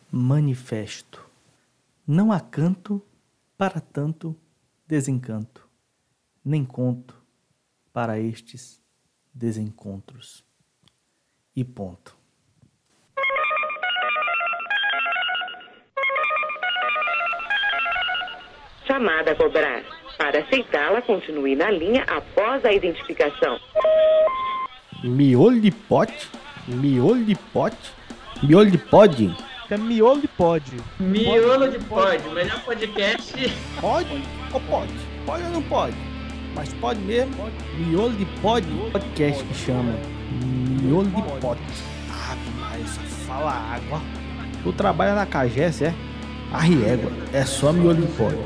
Manifesto. Não há canto para tanto desencanto, nem conto para estes desencontros. E ponto. Chamada a cobrar. Para aceitá-la, continue na linha após a identificação. Miolo de pote? Miolo de pote? Miolo de pod? É miolo de pod. Miolo de pod, o melhor podcast. Pode ou pode? Pode ou não pode? Mas pode mesmo? Miolo de pod? Podcast que chama Miolo de pote. Ave Maria, só fala água. Tu trabalha na Cagés, é? Arriégua, é só miolo de pod.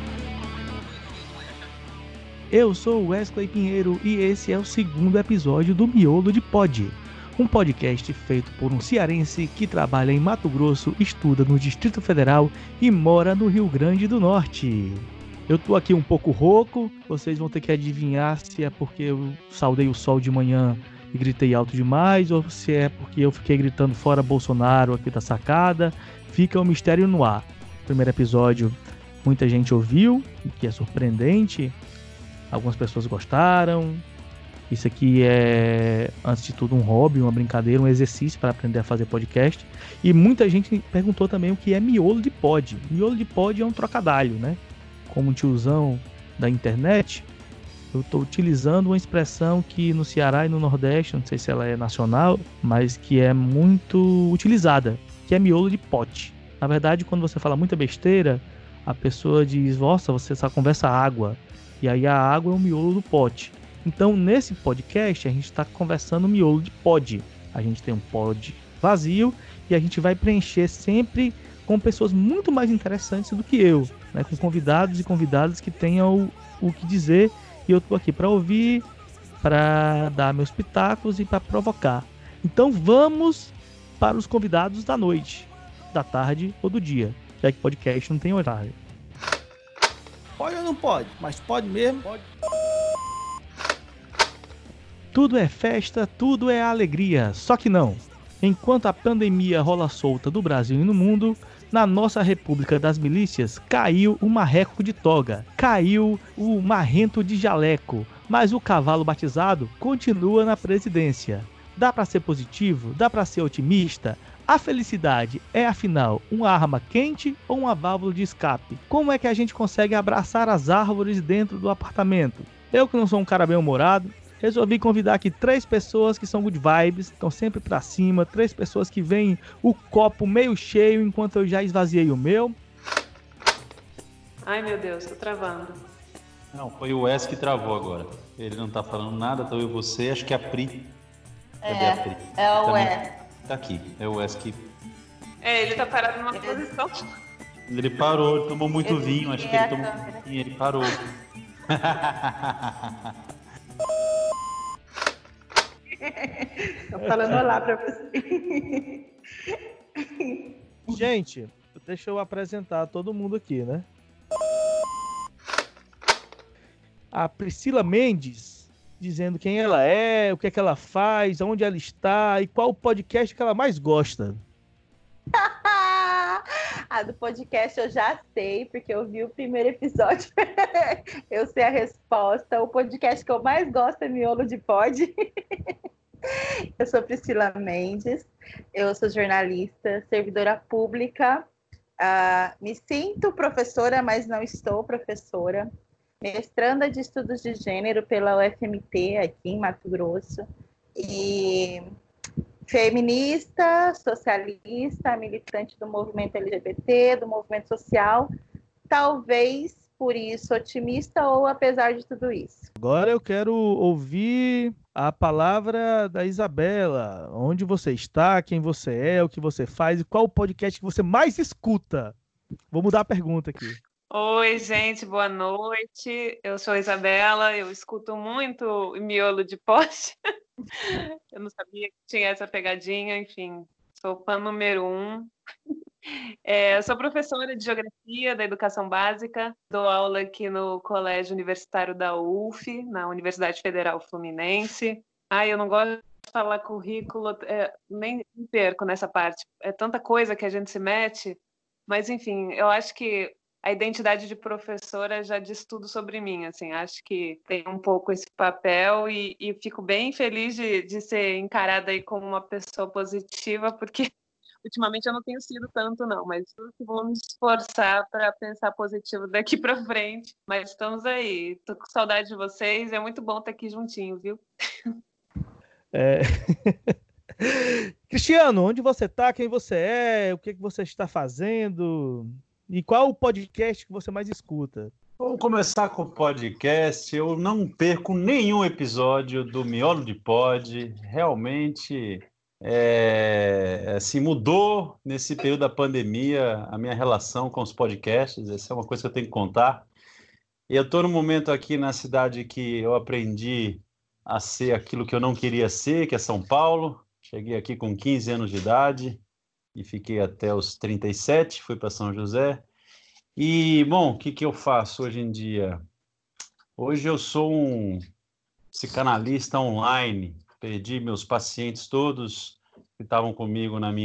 Eu sou o Wesley Pinheiro e esse é o segundo episódio do Miolo de Pod, um podcast feito por um cearense que trabalha em Mato Grosso, estuda no Distrito Federal e mora no Rio Grande do Norte. Eu tô aqui um pouco rouco, vocês vão ter que adivinhar se é porque eu saudei o sol de manhã e gritei alto demais ou se é porque eu fiquei gritando fora Bolsonaro aqui da sacada. Fica um mistério no ar. Primeiro episódio muita gente ouviu, o que é surpreendente. Algumas pessoas gostaram. Isso aqui é, antes de tudo, um hobby, uma brincadeira, um exercício para aprender a fazer podcast. E muita gente perguntou também o que é miolo de pod. Miolo de pod é um trocadilho, né? Como um tiozão da internet, eu estou utilizando uma expressão que no Ceará e no Nordeste, não sei se ela é nacional, mas que é muito utilizada, que é miolo de pote. Na verdade, quando você fala muita besteira, a pessoa diz, nossa, você só conversa água. E aí a água é o miolo do pote. Então, nesse podcast, a gente está conversando o miolo de pod. A gente tem um pod vazio e a gente vai preencher sempre com pessoas muito mais interessantes do que eu, né? Com convidados e convidadas que tenham o que dizer. E eu estou aqui para ouvir, para dar meus pitacos e para provocar. Então, vamos para os convidados da noite, da tarde ou do dia, já que podcast não tem horário. Pode ou não pode? Mas pode mesmo? Pode. Tudo é festa, tudo é alegria, só que não. Enquanto a pandemia rola solta do Brasil e no mundo, na nossa República das Milícias caiu o marreco de toga, caiu o marrento de jaleco, mas o cavalo batizado continua na presidência. Dá para ser positivo? Dá para ser otimista? A felicidade é, afinal, uma arma quente ou uma válvula de escape? Como é que a gente consegue abraçar as árvores dentro do apartamento? Eu, que não sou um cara bem-humorado, resolvi convidar aqui 3 pessoas que são good vibes, estão sempre pra cima, 3 pessoas que veem o copo meio cheio enquanto eu já esvaziei o meu. Ai, meu Deus, tô travando. Não, foi o Wes que travou agora. Ele não tá falando nada, então eu e você, acho que a Pri. Cadê a Pri? É o Também Wes. Tá aqui, é o Wes que... Ele tá parado numa posição. Ele parou, ele tomou muito vinho, acho que ele tomou câmera. vinho, ele parou. Tô falando olá pra você. Gente, deixa eu apresentar todo mundo aqui, né? A Priscila Mendes, dizendo quem ela é, o que é que ela faz, onde ela está e qual o podcast que ela mais gosta. A do podcast eu já sei, porque eu vi o primeiro episódio. Eu sei a resposta. O podcast que eu mais gosto é Miolo de Pod. Eu sou Priscila Mendes, eu sou jornalista, servidora pública. Me sinto professora, mas não estou professora. Mestranda de Estudos de Gênero pela UFMT, aqui em Mato Grosso. E feminista, socialista, militante do movimento LGBT, do movimento social. Talvez, por isso, otimista ou apesar de tudo isso. Agora eu quero ouvir a palavra da Isabela. Onde você está, quem você é, o que você faz e qual o podcast que você mais escuta? Vou mudar a pergunta aqui. Oi, gente, boa noite. Eu sou a Isabela, eu escuto muito miolo de pote. Eu não sabia que tinha essa pegadinha, enfim, sou fã número 1. Eu sou professora de Geografia da Educação Básica, dou aula aqui no Colégio Universitário da UF, na Universidade Federal Fluminense. Eu não gosto falar currículo, nem perco nessa parte. É tanta coisa que a gente se mete, mas enfim, eu acho que a identidade de professora já diz tudo sobre mim, assim, acho que tem um pouco esse papel e fico bem feliz de ser encarada aí como uma pessoa positiva, porque ultimamente eu não tenho sido tanto, não, mas vou me esforçar para pensar positivo daqui para frente. Mas estamos aí, tô com saudade de vocês, é muito bom estar aqui juntinho, viu? Cristiano, onde você está? Quem você é? O que você está fazendo? E qual o podcast que você mais escuta? Vamos começar com o podcast. Eu não perco nenhum episódio do Miolo de Pod. Realmente, assim, mudou nesse período da pandemia a minha relação com os podcasts. Essa é uma coisa que eu tenho que contar. Eu estou num momento aqui na cidade que eu aprendi a ser aquilo que eu não queria ser, que é São Paulo. Cheguei aqui com 15 anos de idade e fiquei até os 37, fui para São José. E, bom, o que eu faço hoje em dia? Hoje eu sou um psicanalista online, perdi meus pacientes todos que estavam comigo no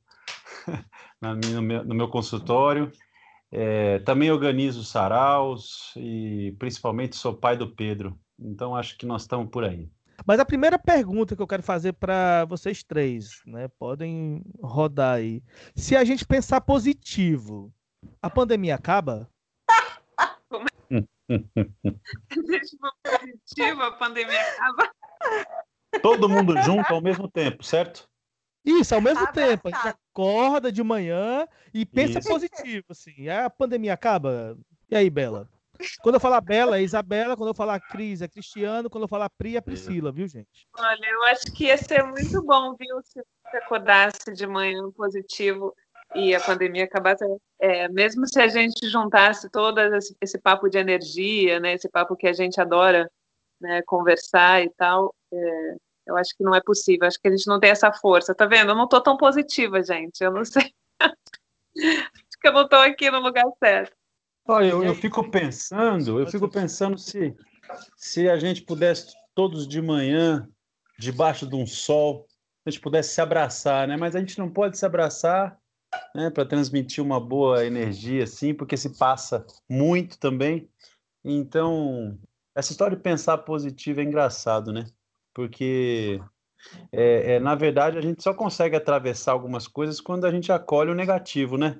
meu consultório. Também organizo saraus e principalmente sou pai do Pedro, então acho que nós estamos por aí. Mas a primeira pergunta que eu quero fazer para vocês três, né? Podem rodar aí. Se a gente pensar positivo, a pandemia acaba? Se for positivo, a pandemia acaba. Todo mundo junto ao mesmo tempo, certo? Isso, ao mesmo tempo. A gente acorda de manhã e pensa Isso. positivo, assim. A pandemia acaba? E aí, Bela? Quando eu falar Bela, é Isabela. Quando eu falar Cris, é Cristiano. Quando eu falar Pri, é Priscila, viu, gente? Olha, eu acho que ia ser muito bom, viu, se você acordasse de manhã positivo e a pandemia acabasse. Mesmo se a gente juntasse todo esse papo de energia, né, esse papo que a gente adora, né, conversar e tal, eu acho que não é possível. Acho que a gente não tem essa força. Tá vendo? Eu não tô tão positiva, gente. Eu não sei. Acho que eu não tô aqui no lugar certo. Olha, eu fico pensando se a gente pudesse todos de manhã, debaixo de um sol, a gente pudesse se abraçar, né? Mas a gente não pode se abraçar, né, para transmitir uma boa energia, assim, porque se passa muito também. Então, essa história de pensar positivo é engraçado, né? Porque, na verdade, a gente só consegue atravessar algumas coisas quando a gente acolhe o negativo, né?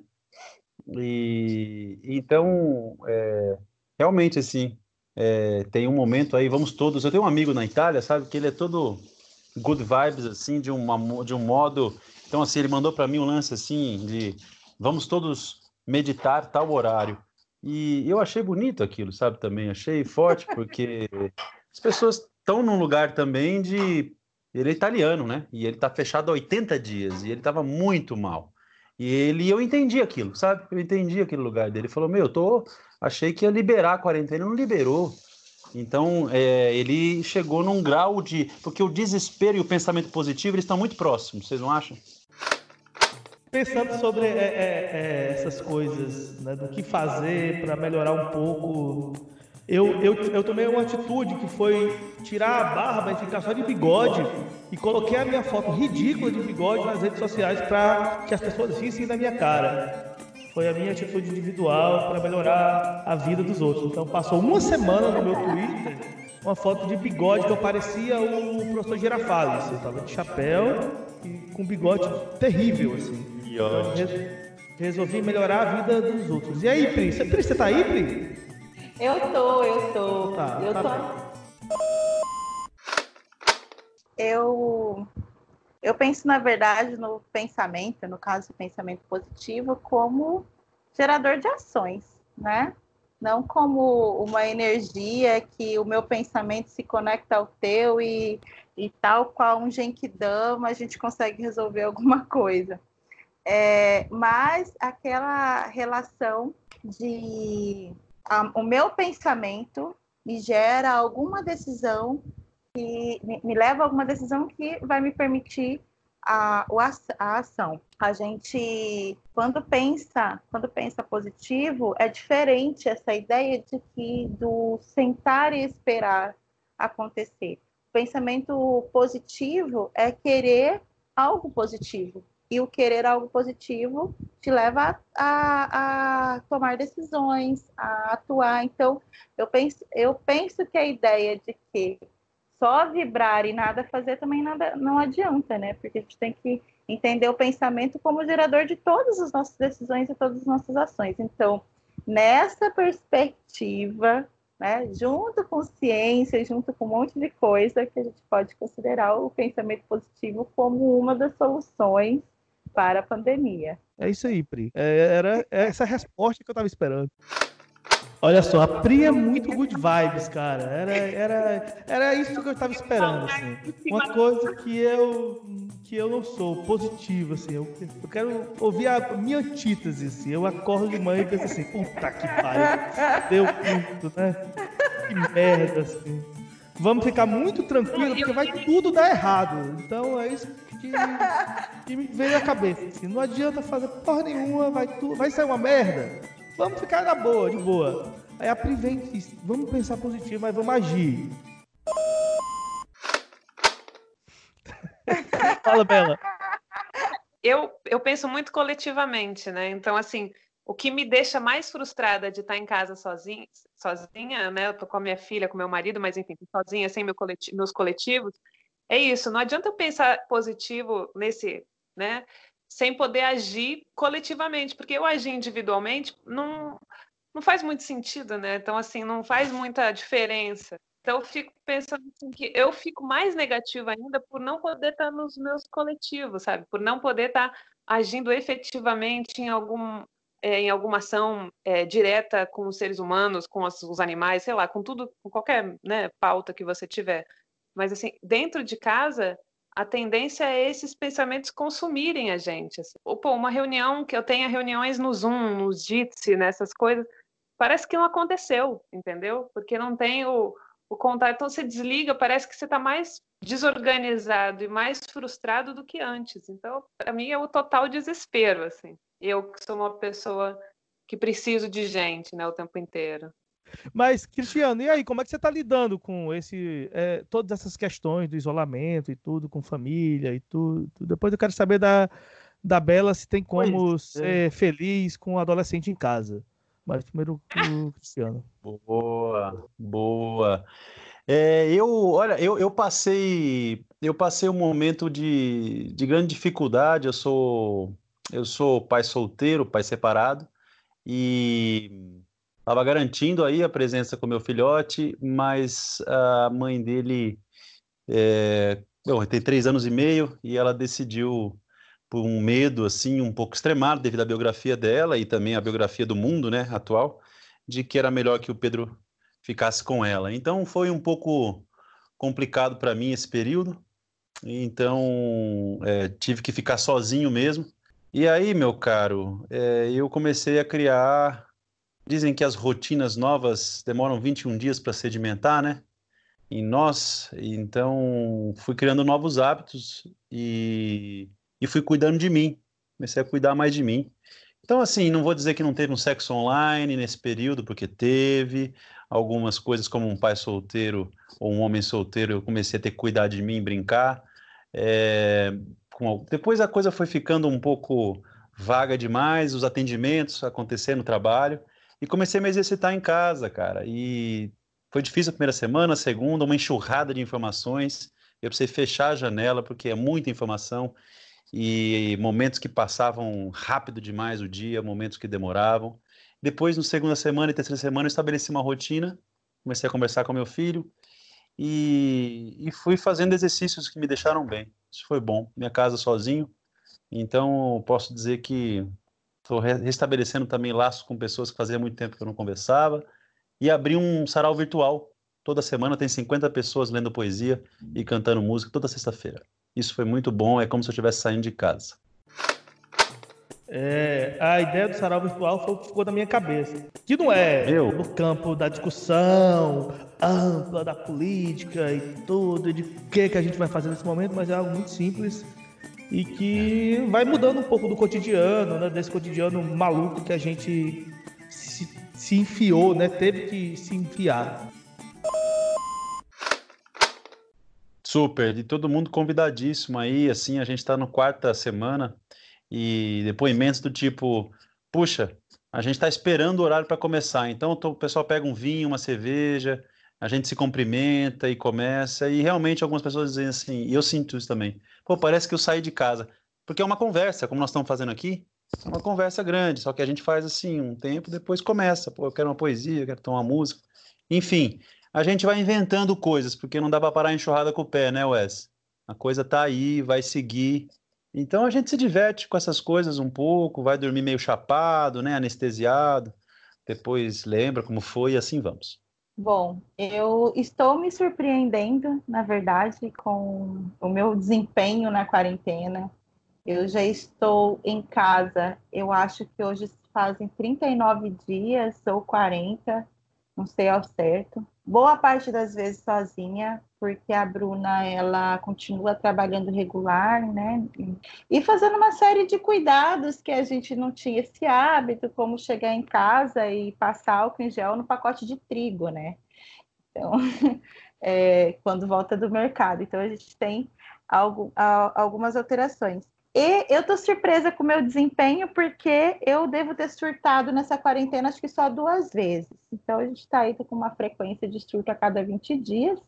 E então, realmente, assim, tem um momento aí, vamos todos. Eu tenho um amigo na Itália, sabe, que ele é todo good vibes, assim, de um modo. Então, assim, ele mandou para mim um lance assim de vamos todos meditar tal horário. E eu achei bonito aquilo, sabe, também. Achei forte, porque as pessoas estão num lugar também de. Ele é italiano, né? E ele tá fechado há 80 dias, e ele estava muito mal. E eu entendi aquilo, sabe? Eu entendi aquele lugar dele. Ele falou, achei que ia liberar a quarentena, não liberou. Então, ele chegou num grau de... Porque o desespero e o pensamento positivo, eles estão muito próximos, vocês não acham? Pensando sobre essas coisas, né, do que fazer para melhorar um pouco, eu tomei uma atitude que foi tirar a barba e ficar só de bigode e coloquei a minha foto ridícula de bigode nas redes sociais para que as pessoas rissem da minha cara. Foi a minha atitude individual para melhorar a vida dos outros. Então passou uma semana no meu Twitter uma foto de bigode que eu parecia o professor Girafales. Eu tava de chapéu e com bigode terrível, assim. Então, resolvi melhorar a vida dos outros. E aí, Pri? Você tá aí, Pri? Eu tô. Tá. Eu penso, na verdade, no pensamento, no caso do pensamento positivo, como gerador de ações, né? Não como uma energia que o meu pensamento se conecta ao teu e tal qual um genkidama a gente consegue resolver alguma coisa. Mas aquela relação de... o meu pensamento me gera alguma decisão que me leva a alguma decisão que vai me permitir a ação. A gente, quando pensa positivo, é diferente essa ideia de que do sentar e esperar acontecer. pensamento positivo é querer algo positivo. E o querer algo positivo te leva a tomar decisões, a atuar. Então, eu penso que a ideia de que só vibrar e nada fazer também não adianta, né? Porque a gente tem que entender o pensamento como gerador de todas as nossas decisões e todas as nossas ações. Então, nessa perspectiva, né, junto com ciência, junto com um monte de coisa, que a gente pode considerar o pensamento positivo como uma das soluções para a pandemia. É isso aí, Pri. Era essa a resposta que eu estava esperando. Olha só, a Pri é muito good vibes, cara. Era isso que eu estava esperando, assim. Uma coisa que eu não sou, positivo, assim. Eu quero ouvir a minha antítese, assim. Eu acordo de manhã e penso assim, puta que pariu, deu muito, né? Que merda, assim. Vamos ficar muito tranquilos, porque vai tudo dar errado. Então é isso que me veio à cabeça, assim. Não adianta fazer porra nenhuma, vai sair uma merda. Vamos ficar na boa, de boa. Aí a Pri vem e diz, vamos pensar positivo, mas vamos agir. Fala, Bela. Eu penso muito coletivamente, né? Então, assim, o que me deixa mais frustrada de estar em casa sozinha, né? Eu tô com a minha filha, com meu marido, mas enfim, sozinha, sem meus coletivos, é isso. Não adianta eu pensar positivo nesse, né? Sem poder agir coletivamente, porque eu agir individualmente não faz muito sentido, né? Então, assim, não faz muita diferença. Então, eu fico pensando assim, que eu fico mais negativa ainda por não poder estar nos meus coletivos, sabe? Por não poder estar agindo efetivamente em alguma ação direta com os seres humanos, com os animais, sei lá, com tudo, com qualquer, né, pauta que você tiver. Mas, assim, dentro de casa, a tendência é esses pensamentos consumirem a gente. Assim. Uma reunião, que eu tenha reuniões no Zoom, no Jitsi, nessas coisas, parece que não aconteceu, entendeu? Porque não tem o contato. Então, você desliga, parece que você está mais desorganizado e mais frustrado do que antes. Então, para mim, é o total desespero, assim. Eu que sou uma pessoa que preciso de gente, né, o tempo inteiro. Mas, Cristiano, e aí, como é que você está lidando com todas essas questões do isolamento e tudo, com família e tudo? Depois eu quero saber da Bela se tem como ser feliz com um adolescente em casa. Mas primeiro o Cristiano. Boa. Eu passei um momento de grande dificuldade. Eu sou pai solteiro, pai separado, e estava garantindo aí a presença com meu filhote, mas a mãe dele tem 3 anos e meio e ela decidiu, por um medo assim um pouco extremado devido à biografia dela e também à biografia do mundo, né, atual, de que era melhor que o Pedro ficasse com ela. Então foi um pouco complicado para mim esse período, então tive que ficar sozinho mesmo. E aí, meu caro, eu comecei a criar. Dizem que as rotinas novas demoram 21 dias para sedimentar, né? Em nós. Então, fui criando novos hábitos e fui cuidando de mim. Comecei a cuidar mais de mim. Então, assim, não vou dizer que não teve um sexo online nesse período, porque teve. Algumas coisas, como um pai solteiro ou um homem solteiro, eu comecei a ter que cuidar de mim, brincar. Depois a coisa foi ficando um pouco vaga demais, os atendimentos acontecendo no trabalho. E comecei a me exercitar em casa, cara. E foi difícil a primeira semana, a segunda, uma enxurrada de informações. Eu precisei fechar a janela, porque é muita informação. E momentos que passavam rápido demais o dia, momentos que demoravam. Depois, na segunda semana e terceira semana, eu estabeleci uma rotina. Comecei a conversar com meu filho. E fui fazendo exercícios que me deixaram bem. Isso foi bom. Minha casa sozinho. Então, posso dizer que estou restabelecendo também laços com pessoas que fazia muito tempo que eu não conversava. E abri um sarau virtual. Toda semana tem 50 pessoas lendo poesia e cantando música toda sexta-feira. Isso foi muito bom, é como se eu estivesse saindo de casa. A ideia do sarau virtual foi o que ficou na minha cabeça. Que não é no campo da discussão ampla, da política e tudo, de o que a gente vai fazer nesse momento, mas é algo muito simples e que vai mudando um pouco do cotidiano, né, desse cotidiano maluco que a gente se enfiou, né, teve que se enfiar. Super, e todo mundo convidadíssimo aí, assim, a gente está no quarta semana e depoimentos do tipo, puxa, a gente está esperando o horário para começar, então o pessoal pega um vinho, uma cerveja, a gente se cumprimenta e começa, e realmente algumas pessoas dizem assim, e eu sinto isso também, pô, parece que eu saí de casa, porque é uma conversa, como nós estamos fazendo aqui, é uma conversa grande, só que a gente faz assim, um tempo, depois começa, pô, eu quero uma poesia, eu quero tomar uma música, enfim... A gente vai inventando coisas, porque não dá para parar a enxurrada com o pé, né, Wes? A coisa tá aí, vai seguir. Então a gente se diverte com essas coisas um pouco, vai dormir meio chapado, né, anestesiado. Depois lembra como foi e assim vamos. Bom, eu estou me surpreendendo, na verdade, com o meu desempenho na quarentena. Eu já estou em casa, eu acho que hoje fazem 39 dias ou 40, não sei ao certo. Boa parte das vezes sozinha, porque a Bruna, ela continua trabalhando regular, né? E fazendo uma série de cuidados que a gente não tinha esse hábito, como chegar em casa e passar álcool em gel no pacote de trigo, né? Então, quando volta do mercado. Então, a gente tem algumas alterações. E eu estou surpresa com o meu desempenho, porque eu devo ter surtado nessa quarentena, acho que só 2 vezes. Então, a gente está aí com uma frequência de surto a cada 20 dias.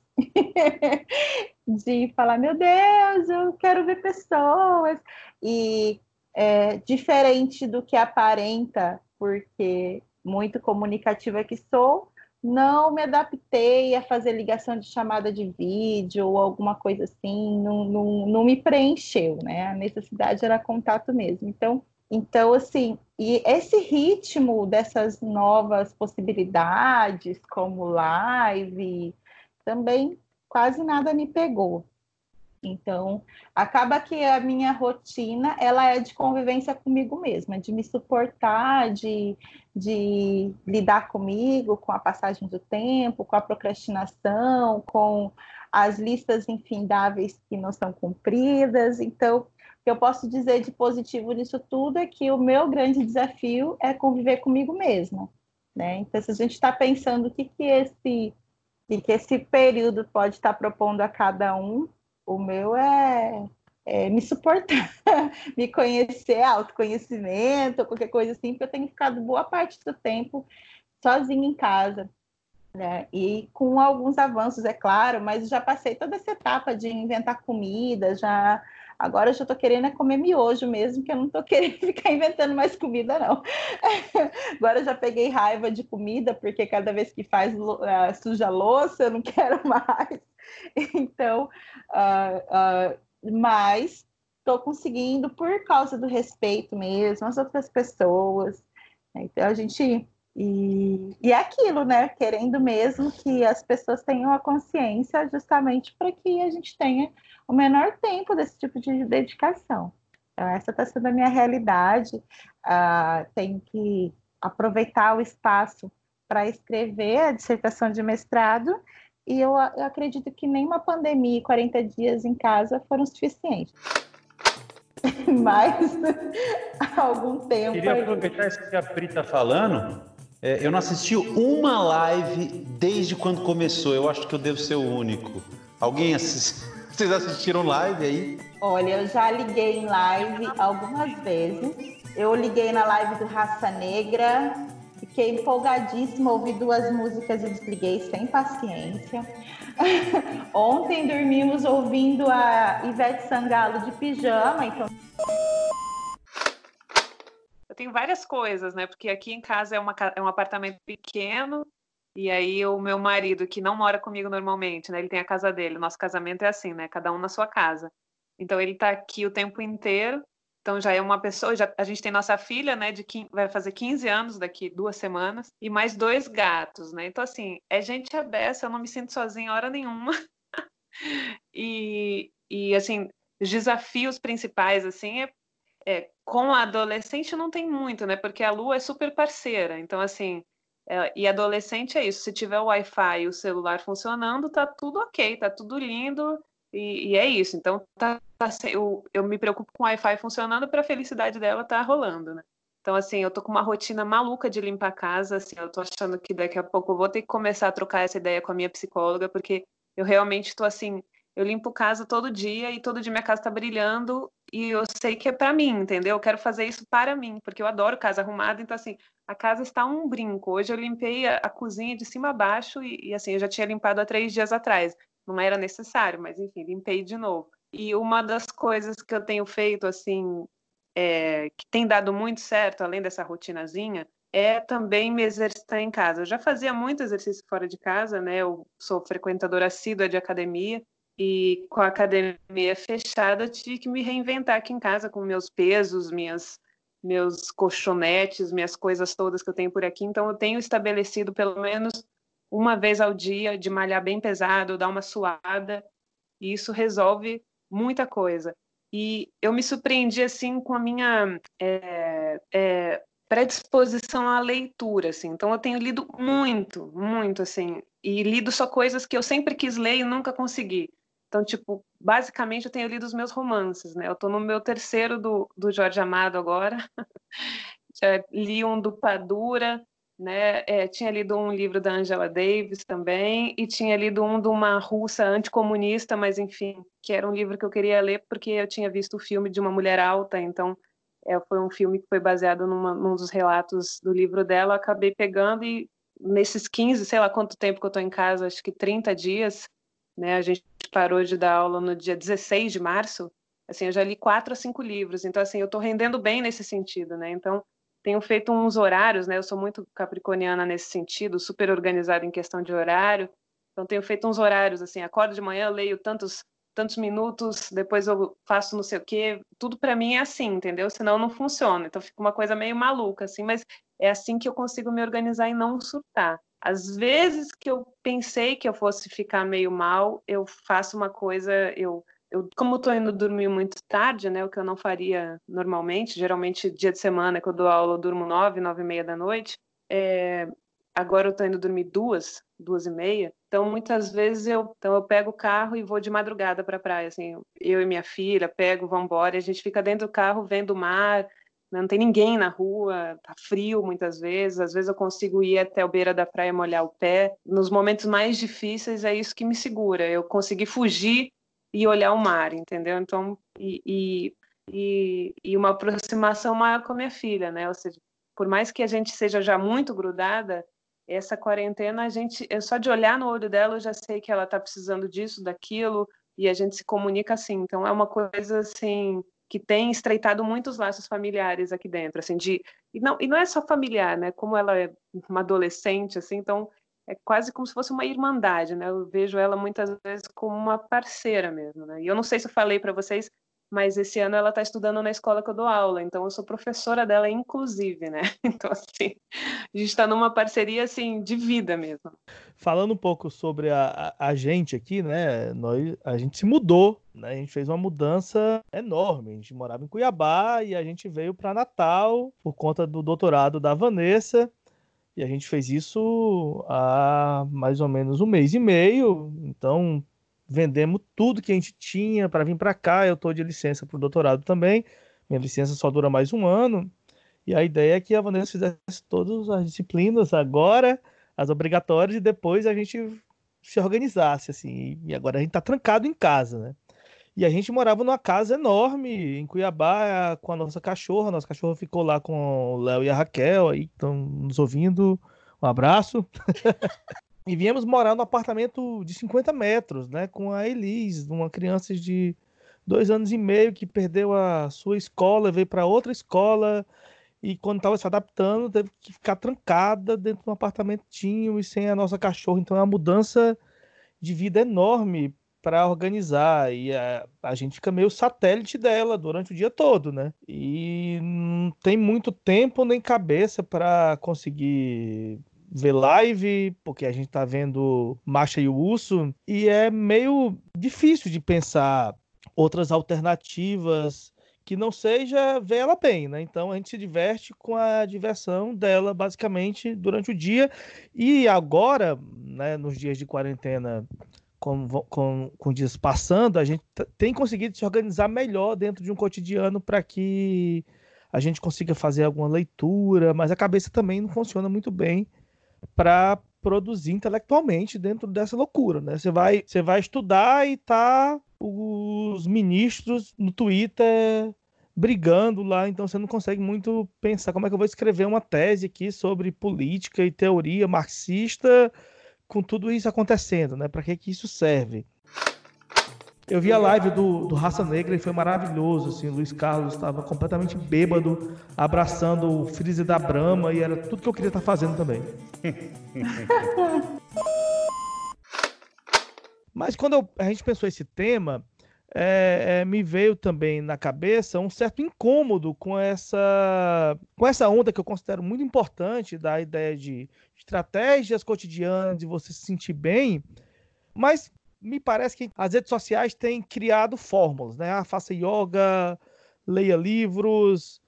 De falar, meu Deus, eu quero ver pessoas. E diferente do que aparenta, porque muito comunicativa que sou, não me adaptei a fazer ligação de chamada de vídeo ou alguma coisa assim, não me preencheu, né? A necessidade era contato mesmo. Então, assim, e esse ritmo dessas novas possibilidades, como live, também quase nada me pegou. Então, acaba que a minha rotina, ela é de convivência comigo mesma, de me suportar, de lidar comigo, com a passagem do tempo, com a procrastinação, com as listas infindáveis que não são cumpridas. Então, o que eu posso dizer de positivo nisso tudo é que o meu grande desafio é conviver comigo mesma, né? Então, se a gente está pensando o que esse período pode estar propondo a cada um, o meu é me suportar, me conhecer, autoconhecimento, qualquer coisa assim, porque eu tenho ficado boa parte do tempo sozinha em casa, né? E com alguns avanços, é claro, mas já passei toda essa etapa de inventar comida, agora eu já estou querendo comer miojo mesmo, que eu não estou querendo ficar inventando mais comida, não. Agora eu já peguei raiva de comida, porque cada vez que faz suja a louça, eu não quero mais. Então, mas estou conseguindo por causa do respeito mesmo, as outras pessoas. Então, a gente... E é aquilo, né? Querendo mesmo que as pessoas tenham a consciência justamente para que a gente tenha o menor tempo desse tipo de dedicação. Então, essa está sendo a minha realidade. Tenho que aproveitar o espaço para escrever a dissertação de mestrado, e eu acredito que nem uma pandemia e 40 dias em casa foram suficientes. Mas há algum tempo... Queria aproveitar isso que a Pri está falando. Eu não assisti uma live desde quando começou. Eu acho que eu devo ser o único. Alguém assistiu? Vocês assistiram live aí? Olha, eu já liguei em live algumas vezes. Eu liguei na live do Raça Negra, fiquei empolgadíssima, ouvi 2 músicas e desliguei sem paciência. Ontem dormimos ouvindo a Ivete Sangalo de pijama, então... Eu tenho várias coisas, né? Porque aqui em casa é um apartamento pequeno, e aí o meu marido, que não mora comigo normalmente, né? Ele tem a casa dele. O nosso casamento é assim, né? Cada um na sua casa. Então ele tá aqui o tempo inteiro. Então já é uma pessoa, a gente tem nossa filha, né, vai fazer 15 anos daqui 2 semanas, e mais 2 gatos, né? Então, assim, é gente a beça, eu não me sinto sozinha hora nenhuma. E assim, os desafios principais, assim, com a adolescente não tem muito, né? Porque a Lu é super parceira. Então, assim, e adolescente é isso. Se tiver o Wi-Fi e o celular funcionando, tá tudo ok, tá tudo lindo. E é isso. Então, eu me preocupo com o Wi-Fi funcionando para a felicidade dela tá rolando, né? Então, assim, eu tô com uma rotina maluca de limpar a casa. Assim, eu tô achando que daqui a pouco eu vou ter que começar a trocar essa ideia com a minha psicóloga, porque eu realmente tô assim... eu limpo casa todo dia e todo dia minha casa tá brilhando e eu sei que é para mim, entendeu? Eu quero fazer isso para mim, porque eu adoro casa arrumada, então assim, a casa está um brinco. Hoje eu limpei a cozinha de cima a baixo e assim, eu já tinha limpado há 3 dias atrás. Não era necessário, mas enfim, limpei de novo. E uma das coisas que eu tenho feito, assim, que tem dado muito certo, além dessa rotinazinha, é também me exercitar em casa. Eu já fazia muito exercício fora de casa, né? Eu sou frequentadora assídua de academia e com a academia fechada eu tive que me reinventar aqui em casa com meus pesos, meus colchonetes, minhas coisas todas que eu tenho por aqui. Então eu tenho estabelecido pelo menos uma vez ao dia de malhar bem pesado, dar uma suada, e isso resolve muita coisa. E eu me surpreendi assim com a minha predisposição à leitura, assim. Então eu tenho lido muito, muito, assim, e lido só coisas que eu sempre quis ler e nunca consegui. Então, tipo, basicamente eu tenho lido os meus romances, né? Eu tô no meu 3º do Jorge Amado agora. Já li um do Padura, né? Tinha lido um livro da Angela Davis também, e tinha lido um de uma russa anticomunista, mas enfim, que era um livro que eu queria ler porque eu tinha visto o filme de uma mulher alta, então foi um filme que foi baseado num dos relatos do livro dela. Eu acabei pegando e nesses 15, sei lá quanto tempo que eu estou em casa, acho que 30 dias, né? A gente parou de dar aula no dia 16 de março, assim, eu já li 4 a 5 livros, então assim, eu estou rendendo bem nesse sentido, né? Então tenho feito uns horários, né? Eu sou muito capricorniana nesse sentido, super organizada em questão de horário. Então tenho feito uns horários assim, acordo de manhã, leio tantos minutos, depois eu faço não sei o quê. Tudo para mim é assim, entendeu? Senão não funciona. Então fica uma coisa meio maluca assim, mas é assim que eu consigo me organizar e não surtar. Às vezes que eu pensei que eu fosse ficar meio mal, eu faço uma coisa, como estou indo dormir muito tarde, né, o que eu não faria normalmente, geralmente dia de semana que eu dou aula eu durmo 9h da noite, agora eu estou indo dormir 2h30, então muitas vezes eu pego o carro e vou de madrugada para a praia, assim, eu e minha filha, vamos embora, e a gente fica dentro do carro vendo o mar, não tem ninguém na rua, tá frio muitas vezes, às vezes eu consigo ir até a beira da praia molhar o pé, nos momentos mais difíceis é isso que me segura, eu consegui fugir e olhar o mar, entendeu? Então, e uma aproximação maior com a minha filha, né? Ou seja, por mais que a gente seja já muito grudada, essa quarentena, só de olhar no olho dela, eu já sei que ela está precisando disso, daquilo, e a gente se comunica assim. Então, é uma coisa, assim, que tem estreitado muitos laços familiares aqui dentro, assim, e não é só familiar, né? Como ela é uma adolescente, assim, então é quase como se fosse uma irmandade, né? Eu vejo ela muitas vezes como uma parceira mesmo, né? E eu não sei se eu falei para vocês, mas esse ano ela está estudando na escola que eu dou aula, então eu sou professora dela, inclusive, né? Então, assim, a gente está numa parceria, assim, de vida mesmo. Falando um pouco sobre a gente aqui, né? A gente se mudou, né? A gente fez uma mudança enorme. A gente morava em Cuiabá e a gente veio para Natal por conta do doutorado da Vanessa. E a gente fez isso há mais ou menos 1 mês e meio. Então, vendemos tudo que a gente tinha para vir para cá. Eu estou de licença para o doutorado também. Minha licença só dura mais 1 ano. E a ideia é que a Vanessa fizesse todas as disciplinas agora, as obrigatórias, e depois a gente se organizasse, assim. E agora a gente está trancado em casa, né? E a gente morava numa casa enorme em Cuiabá com a nossa cachorra. Nossa cachorra ficou lá com o Léo e a Raquel, aí estão nos ouvindo. Um abraço. E viemos morar num apartamento de 50 metros, né? Com a Elis, uma criança de 2 anos e meio que perdeu a sua escola, veio para outra escola. E quando estava se adaptando, teve que ficar trancada dentro de um apartamentinho e sem a nossa cachorra. Então é uma mudança de vida enorme para organizar, e a gente fica meio satélite dela durante o dia todo, né? E não tem muito tempo nem cabeça para conseguir ver live, porque a gente tá vendo Masha e o Urso, e é meio difícil de pensar outras alternativas que não seja ver ela bem, né? Então a gente se diverte com a diversão dela, basicamente, durante o dia. E agora, né, nos dias de quarentena, com dias passando, a gente tem conseguido se organizar melhor dentro de um cotidiano para que a gente consiga fazer alguma leitura, mas a cabeça também não funciona muito bem para produzir intelectualmente dentro dessa loucura, né? Você vai estudar e tá os ministros no Twitter brigando lá, então você não consegue muito pensar como é que eu vou escrever uma tese aqui sobre política e teoria marxista com tudo isso acontecendo, né? Para que isso serve? Eu vi a live do Raça Negra e foi maravilhoso, assim, o Luiz Carlos estava completamente bêbado, abraçando o Freezer da Brahma, e era tudo que eu queria estar fazendo também. Mas quando a gente pensou esse tema, me veio também na cabeça um certo incômodo com essa onda que eu considero muito importante, da ideia de estratégias cotidianas, de você se sentir bem, mas me parece que as redes sociais têm criado fórmulas, né? Faça yoga, leia livros,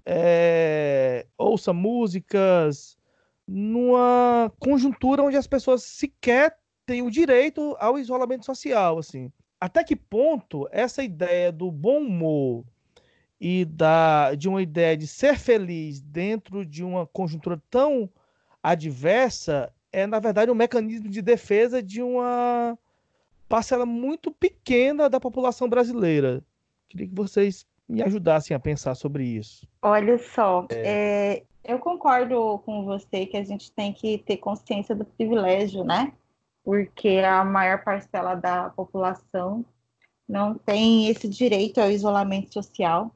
ouça músicas, numa conjuntura onde as pessoas sequer têm o direito ao isolamento social, assim. Até que ponto essa ideia do bom humor e de uma ideia de ser feliz dentro de uma conjuntura tão adversa é, na verdade, um mecanismo de defesa de uma parcela muito pequena da população brasileira. Queria que vocês me ajudassem a pensar sobre isso. Olha só, eu concordo com você que a gente tem que ter consciência do privilégio, né? Porque a maior parcela da população não tem esse direito ao isolamento social,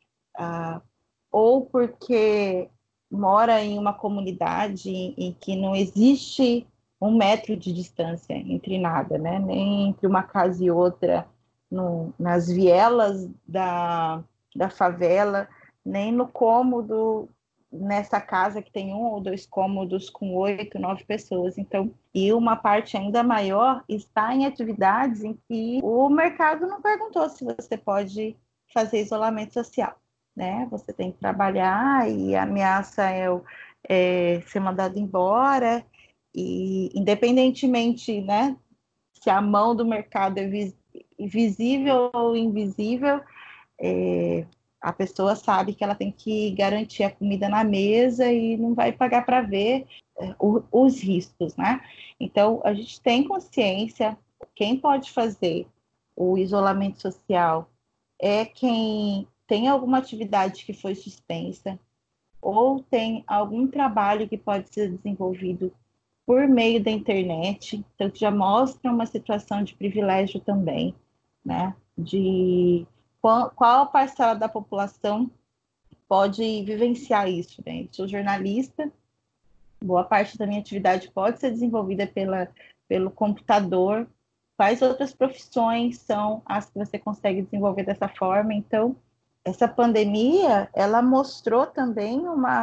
ou porque mora em uma comunidade em que não existe 1 metro de distância entre nada, né? Nem entre uma casa e outra, nas vielas da favela, nem no cômodo, nessa casa que tem 1 ou 2 cômodos com 8, 9 pessoas. Então, e uma parte ainda maior está em atividades em que o mercado não perguntou se você pode fazer isolamento social, né? Você tem que trabalhar e a ameaça é ser mandado embora. E independentemente, né, se a mão do mercado é visível ou invisível, a pessoa sabe que ela tem que garantir a comida na mesa e não vai pagar para ver os riscos, né? Então, a gente tem consciência, quem pode fazer o isolamento social é quem tem alguma atividade que foi suspensa ou tem algum trabalho que pode ser desenvolvido por meio da internet, então que já mostra uma situação de privilégio também, né? De qual parcela da população pode vivenciar isso, né? Eu sou jornalista, boa parte da minha atividade pode ser desenvolvida pelo computador. Quais outras profissões são as que você consegue desenvolver dessa forma? Então, essa pandemia, ela mostrou também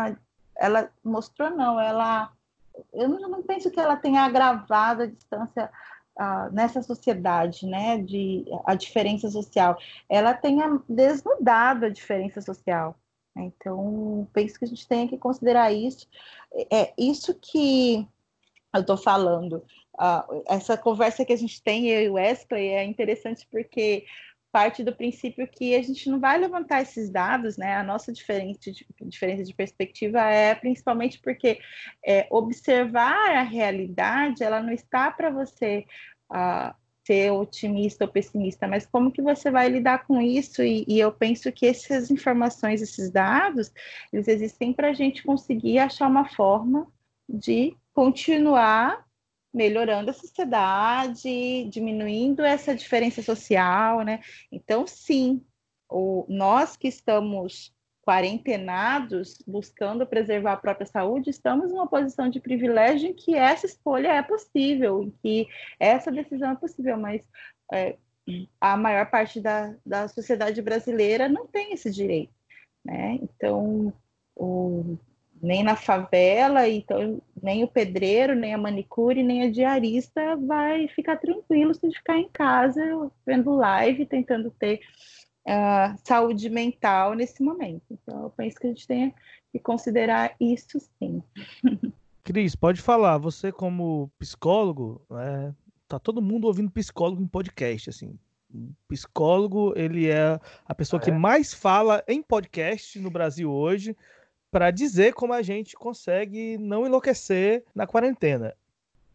eu não penso que ela tenha agravado a distância nessa sociedade, né, a diferença social. Ela tenha desnudado a diferença social. Então, penso que a gente tem que considerar isso. É isso que eu estou falando. Essa conversa que a gente tem, eu e o Wesley, é interessante porque parte do princípio que a gente não vai levantar esses dados, né? A nossa diferença de perspectiva é principalmente porque observar a realidade, ela não está para você ser otimista ou pessimista, mas como que você vai lidar com isso? E eu penso que essas informações, esses dados, eles existem para a gente conseguir achar uma forma de continuar melhorando a sociedade, diminuindo essa diferença social, né? Então, sim, nós que estamos quarentenados, buscando preservar a própria saúde, estamos numa posição de privilégio em que essa escolha é possível, em que essa decisão é possível, mas a maior parte da sociedade brasileira não tem esse direito, né? Então, nem na favela, então nem o pedreiro, nem a manicure, nem a diarista vai ficar tranquilo se ficar em casa vendo live, tentando ter saúde mental nesse momento. Então, eu penso que a gente tem que considerar isso, sim. Cris, pode falar. Você, como psicólogo, tá todo mundo ouvindo psicólogo em podcast, assim. O psicólogo, ele é a pessoa que mais fala em podcast no Brasil hoje, para dizer como a gente consegue não enlouquecer na quarentena.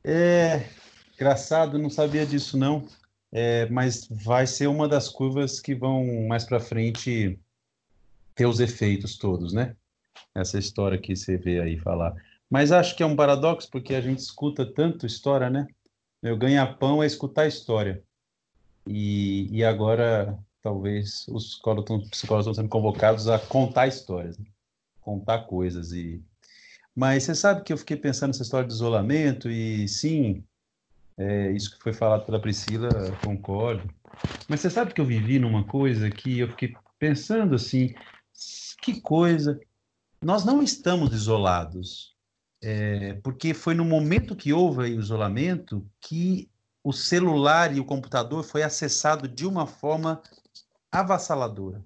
Engraçado, não sabia disso não. Mas vai ser uma das curvas que vão mais para frente ter os efeitos todos, né? Essa história que você vê aí falar. Mas acho que é um paradoxo porque a gente escuta tanto história, né? Meu ganha-pão é escutar história. E agora talvez os psicólogos estão sendo convocados a contar histórias, né? Contar coisas. Mas você sabe que eu fiquei pensando nessa história de isolamento e sim, isso que foi falado pela Priscila, concordo. Mas você sabe que eu vivi numa coisa que eu fiquei pensando assim, que coisa. Nós não estamos isolados, porque foi no momento que houve aí o isolamento que o celular e o computador foi acessado de uma forma avassaladora.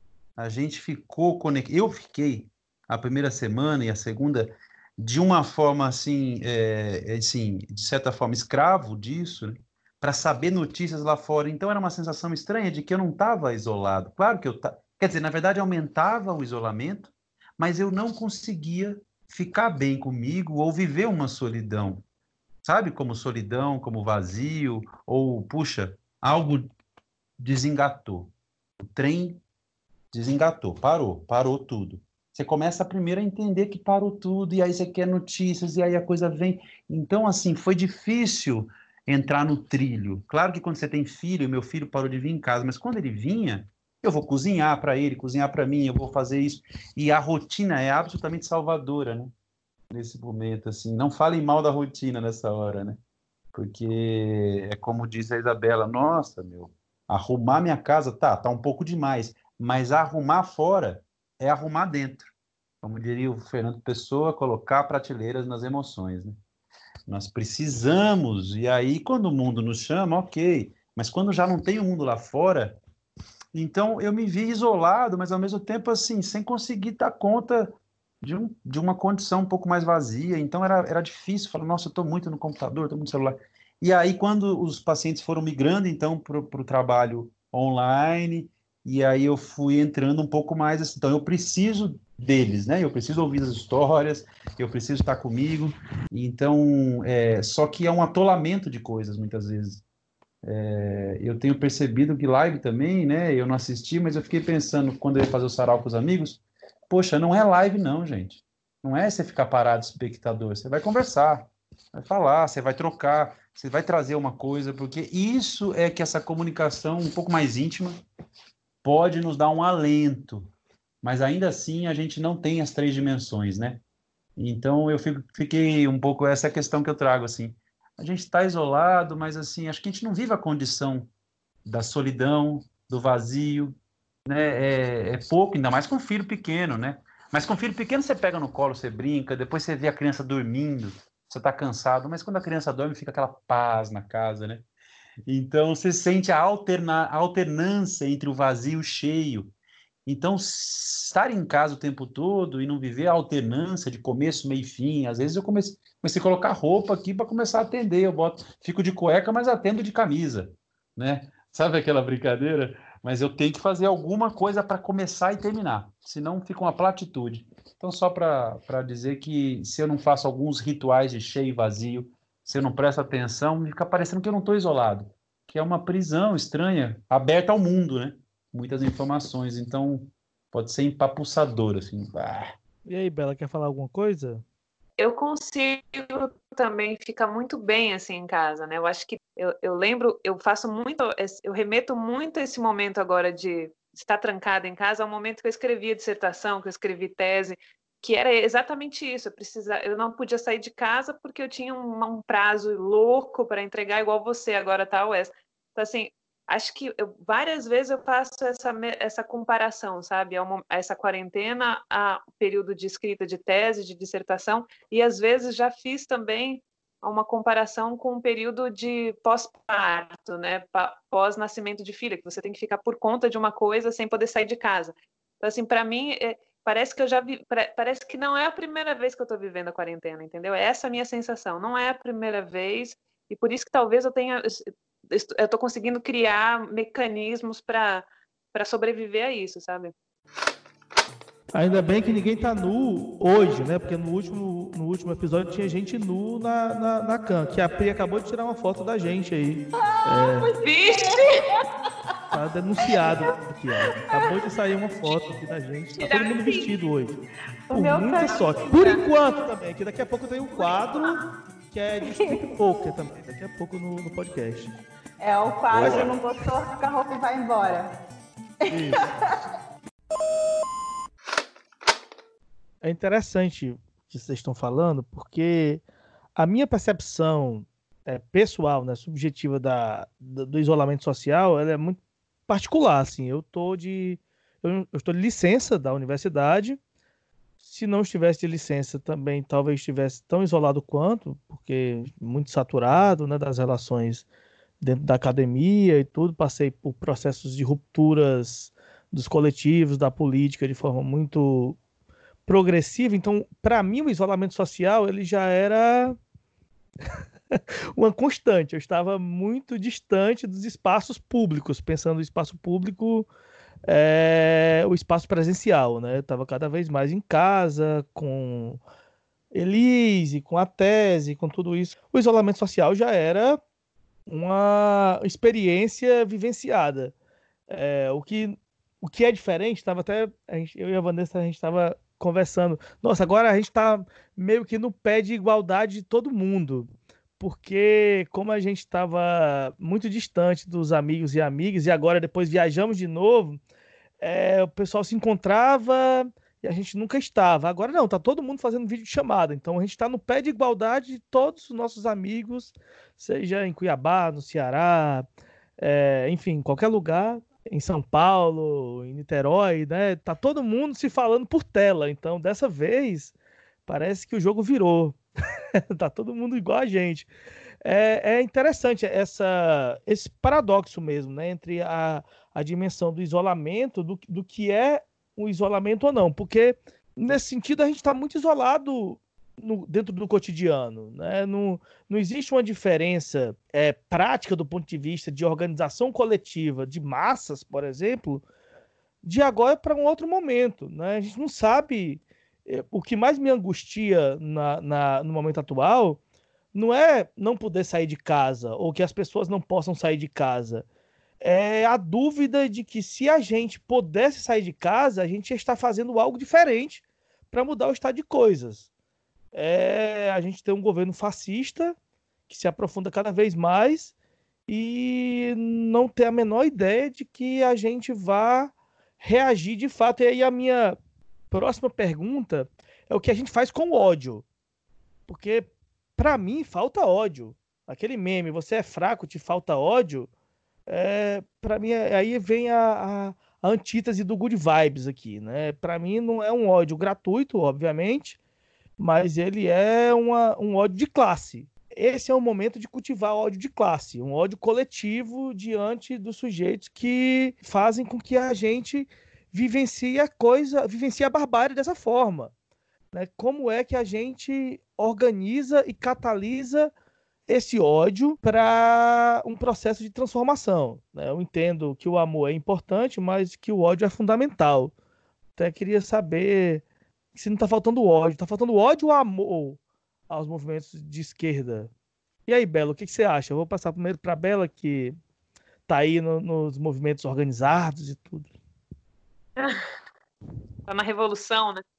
A gente ficou conectado. Eu fiquei a primeira semana e a segunda de uma forma assim, assim, de certa forma escravo disso, né? Para saber notícias lá fora. Então era uma sensação estranha de que eu não estava isolado. Claro que eu estava. Quer dizer, na verdade aumentava o isolamento, mas eu não conseguia ficar bem comigo ou viver uma solidão. Sabe, como solidão, como vazio, ou, puxa, algo desengatou. O trem desengatou, parou tudo. Você começa primeiro a entender que parou tudo, e aí você quer notícias, e aí a coisa vem. Então, assim, foi difícil entrar no trilho. Claro que quando você tem filho, meu filho parou de vir em casa, mas quando ele vinha, eu vou cozinhar para ele, cozinhar para mim, eu vou fazer isso. E a rotina é absolutamente salvadora, né? Nesse momento, assim. Não falem mal da rotina nessa hora, né? Porque é como diz a Isabela, nossa, arrumar minha casa, tá um pouco demais, mas arrumar fora é arrumar dentro. Como diria o Fernando Pessoa, colocar prateleiras nas emoções, né? Nós precisamos, e aí quando o mundo nos chama, ok, mas quando já não tem o mundo lá fora, então eu me vi isolado, mas ao mesmo tempo assim, sem conseguir dar conta de uma condição um pouco mais vazia, então era difícil, falar, nossa, eu estou muito no computador, estou muito no celular. E aí quando os pacientes foram migrando então para o trabalho online, e aí eu fui entrando um pouco mais assim, então eu preciso deles, né? Eu preciso ouvir as histórias, eu preciso estar comigo, então só que é um atolamento de coisas muitas vezes. Eu tenho percebido que live também, né? Eu não assisti, mas eu fiquei pensando quando eu ia fazer o sarau com os amigos, poxa, não é live não, gente. Não é você ficar parado espectador, você vai conversar, vai falar, você vai trocar, você vai trazer uma coisa, porque isso é que essa comunicação um pouco mais íntima pode nos dar um alento, mas ainda assim a gente não tem as 3 dimensões, né? Então eu fiquei um pouco, essa é a questão que eu trago, assim. A gente está isolado, mas assim, acho que a gente não vive a condição da solidão, do vazio, né? É pouco, ainda mais com um filho pequeno, né? Mas com filho pequeno você pega no colo, você brinca, depois você vê a criança dormindo, você está cansado, mas quando a criança dorme fica aquela paz na casa, né? Então você sente a alternância entre o vazio e o cheio. Então, estar em casa o tempo todo e não viver a alternância de começo, meio e fim. Às vezes eu comecei a colocar roupa aqui para começar a atender. Fico de cueca, mas atendo de camisa, né? Sabe aquela brincadeira? Mas eu tenho que fazer alguma coisa para começar e terminar, senão fica uma platitude. Então, só para dizer que se eu não faço alguns rituais de cheio e vazio, se eu não presto atenção, fica parecendo que eu não estou isolado, que é uma prisão estranha, aberta ao mundo, né? Muitas informações, então pode ser empapuçador, assim. E aí, Bela, quer falar alguma coisa? Eu consigo também ficar muito bem assim em casa, né? Eu acho que eu lembro, eu remeto muito a esse momento agora de estar trancada em casa, ao momento que eu escrevi a dissertação, que eu escrevi tese, que era exatamente isso. Eu não podia sair de casa porque eu tinha um prazo louco para entregar, igual você agora, tá, Wes? Então, assim, acho que várias vezes eu faço essa comparação, sabe? Essa quarentena, a período de escrita de tese, de dissertação, e às vezes já fiz também uma comparação com um período de pós-parto, né? Pós-nascimento de filha, que você tem que ficar por conta de uma coisa sem poder sair de casa. Então, assim, para mim, parece que parece que não é a primeira vez que eu estou vivendo a quarentena, entendeu? É essa a minha sensação, não é a primeira vez, e por isso que talvez eu estou conseguindo criar mecanismos para sobreviver a isso, sabe? Ainda bem que ninguém tá nu hoje, né? Porque no último episódio tinha gente nu na cam, que a Pri acabou de tirar uma foto da gente aí. Vixe! Tá denunciado aqui, ó. Acabou de sair uma foto aqui da gente. Tá todo mundo vestido hoje. Por muita sorte. Por enquanto também, que daqui a pouco tem um quadro que é de Street Poker também. Daqui a pouco no podcast. É o quadro, não gostou, arranca a roupa e vai embora. Isso. É interessante o que vocês estão falando, porque a minha percepção pessoal, né, subjetiva do isolamento social, ela é muito particular. Assim. Eu estou de licença da universidade. Se não estivesse de licença, também talvez estivesse tão isolado quanto, porque muito saturado, né, das relações dentro da academia e tudo. Passei por processos de rupturas dos coletivos, da política, de forma muito progressiva. Então, para mim, o isolamento social ele já era uma constante. Eu estava muito distante dos espaços públicos, pensando no espaço público, o espaço presencial, né? Eu estava cada vez mais em casa, com Elise, com a tese, com tudo isso. O isolamento social já era uma experiência vivenciada. O que é diferente, eu e a Vanessa, a gente estava conversando. Nossa, agora a gente está meio que no pé de igualdade de todo mundo, porque como a gente estava muito distante dos amigos e amigas, e agora depois viajamos de novo, o pessoal se encontrava e a gente nunca estava. Agora não, tá todo mundo fazendo vídeo de chamada, então a gente está no pé de igualdade de todos os nossos amigos, seja em Cuiabá, no Ceará, enfim, em qualquer lugar, em São Paulo, em Niterói, né? Tá todo mundo se falando por tela. Então, dessa vez, parece que o jogo virou. Tá todo mundo igual a gente. É interessante esse paradoxo mesmo, né? Entre a dimensão do isolamento, do que é o isolamento ou não. Porque, nesse sentido, a gente está muito isolado dentro do cotidiano, né? Não existe uma diferença prática do ponto de vista de organização coletiva de massas, por exemplo, de agora para um outro momento, né? A gente não sabe. O que mais me angustia no momento atual não é não poder sair de casa ou que as pessoas não possam sair de casa. É a dúvida de que se a gente pudesse sair de casa, a gente ia estar fazendo algo diferente para mudar o estado de coisas. A gente tem um governo fascista que se aprofunda cada vez mais e não tem a menor ideia de que a gente vá reagir de fato. E aí a minha próxima pergunta é o que a gente faz com o ódio. Porque, para mim, falta ódio. Aquele meme, você é fraco, te falta ódio, para mim, aí vem a antítese do good vibes aqui, né? Para mim, não é um ódio gratuito, obviamente, mas ele é um ódio de classe. Esse é o momento de cultivar ódio de classe, um ódio coletivo diante dos sujeitos que fazem com que a gente vivencie a barbárie dessa forma. Né? Como é que a gente organiza e catalisa esse ódio para um processo de transformação? Né? Eu entendo que o amor é importante, mas que o ódio é fundamental. Até queria saber se não está faltando ódio. Está faltando ódio ou amor aos movimentos de esquerda? E aí, Bela, o que você acha? Eu vou passar primeiro para a Bela, que está aí nos movimentos organizados e tudo. Tá na revolução, né?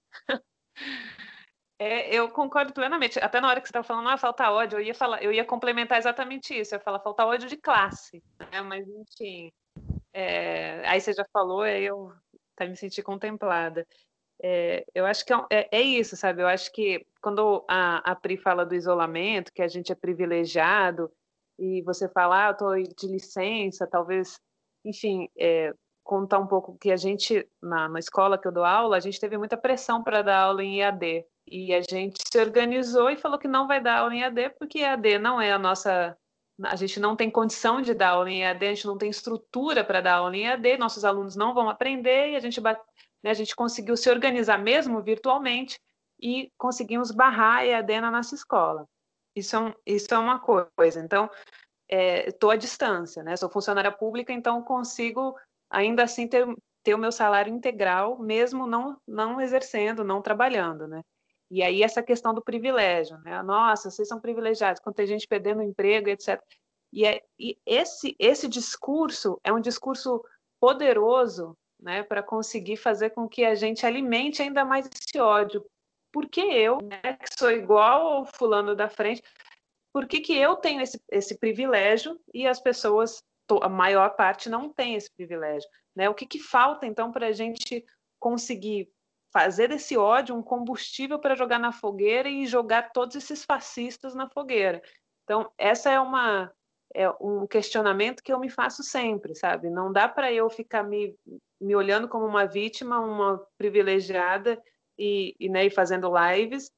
Eu concordo plenamente. Até na hora que você estava falando, falta ódio, eu ia complementar exatamente isso. Eu ia falar, falta ódio de classe. Né? Mas, enfim, aí você já falou, aí eu me senti contemplada. Eu acho que é isso, sabe? Eu acho que quando a Pri fala do isolamento, que a gente é privilegiado, e você fala, eu estou de licença, talvez, enfim, contar um pouco que a gente, na escola que eu dou aula, a gente teve muita pressão para dar aula em EAD. E a gente se organizou e falou que não vai dar aula em EAD, porque EAD não é a gente não tem condição de dar aula em EAD, a gente não tem estrutura para dar aula em EAD, nossos alunos não vão aprender, e a gente conseguiu se organizar mesmo virtualmente e conseguimos barrar a EAD na nossa escola. Isso é uma coisa. Então, estou à distância, né? Sou funcionária pública, então consigo ainda assim ter ter o meu salário integral, mesmo não exercendo, não trabalhando, né? E aí essa questão do privilégio, né? Nossa, vocês são privilegiados, quando tem gente perdendo o emprego, etc. E esse discurso é um discurso poderoso, né, para conseguir fazer com que a gente alimente ainda mais esse ódio. Por que eu, né, que sou igual ao fulano da frente, por que eu tenho esse privilégio e as pessoas, a maior parte, não tem esse privilégio? Né? O que falta, então, para a gente conseguir fazer desse ódio um combustível para jogar na fogueira e jogar todos esses fascistas na fogueira? Então, essa é um questionamento que eu me faço sempre, sabe? Não dá para eu ficar me olhando como uma vítima, uma privilegiada né, e fazendo lives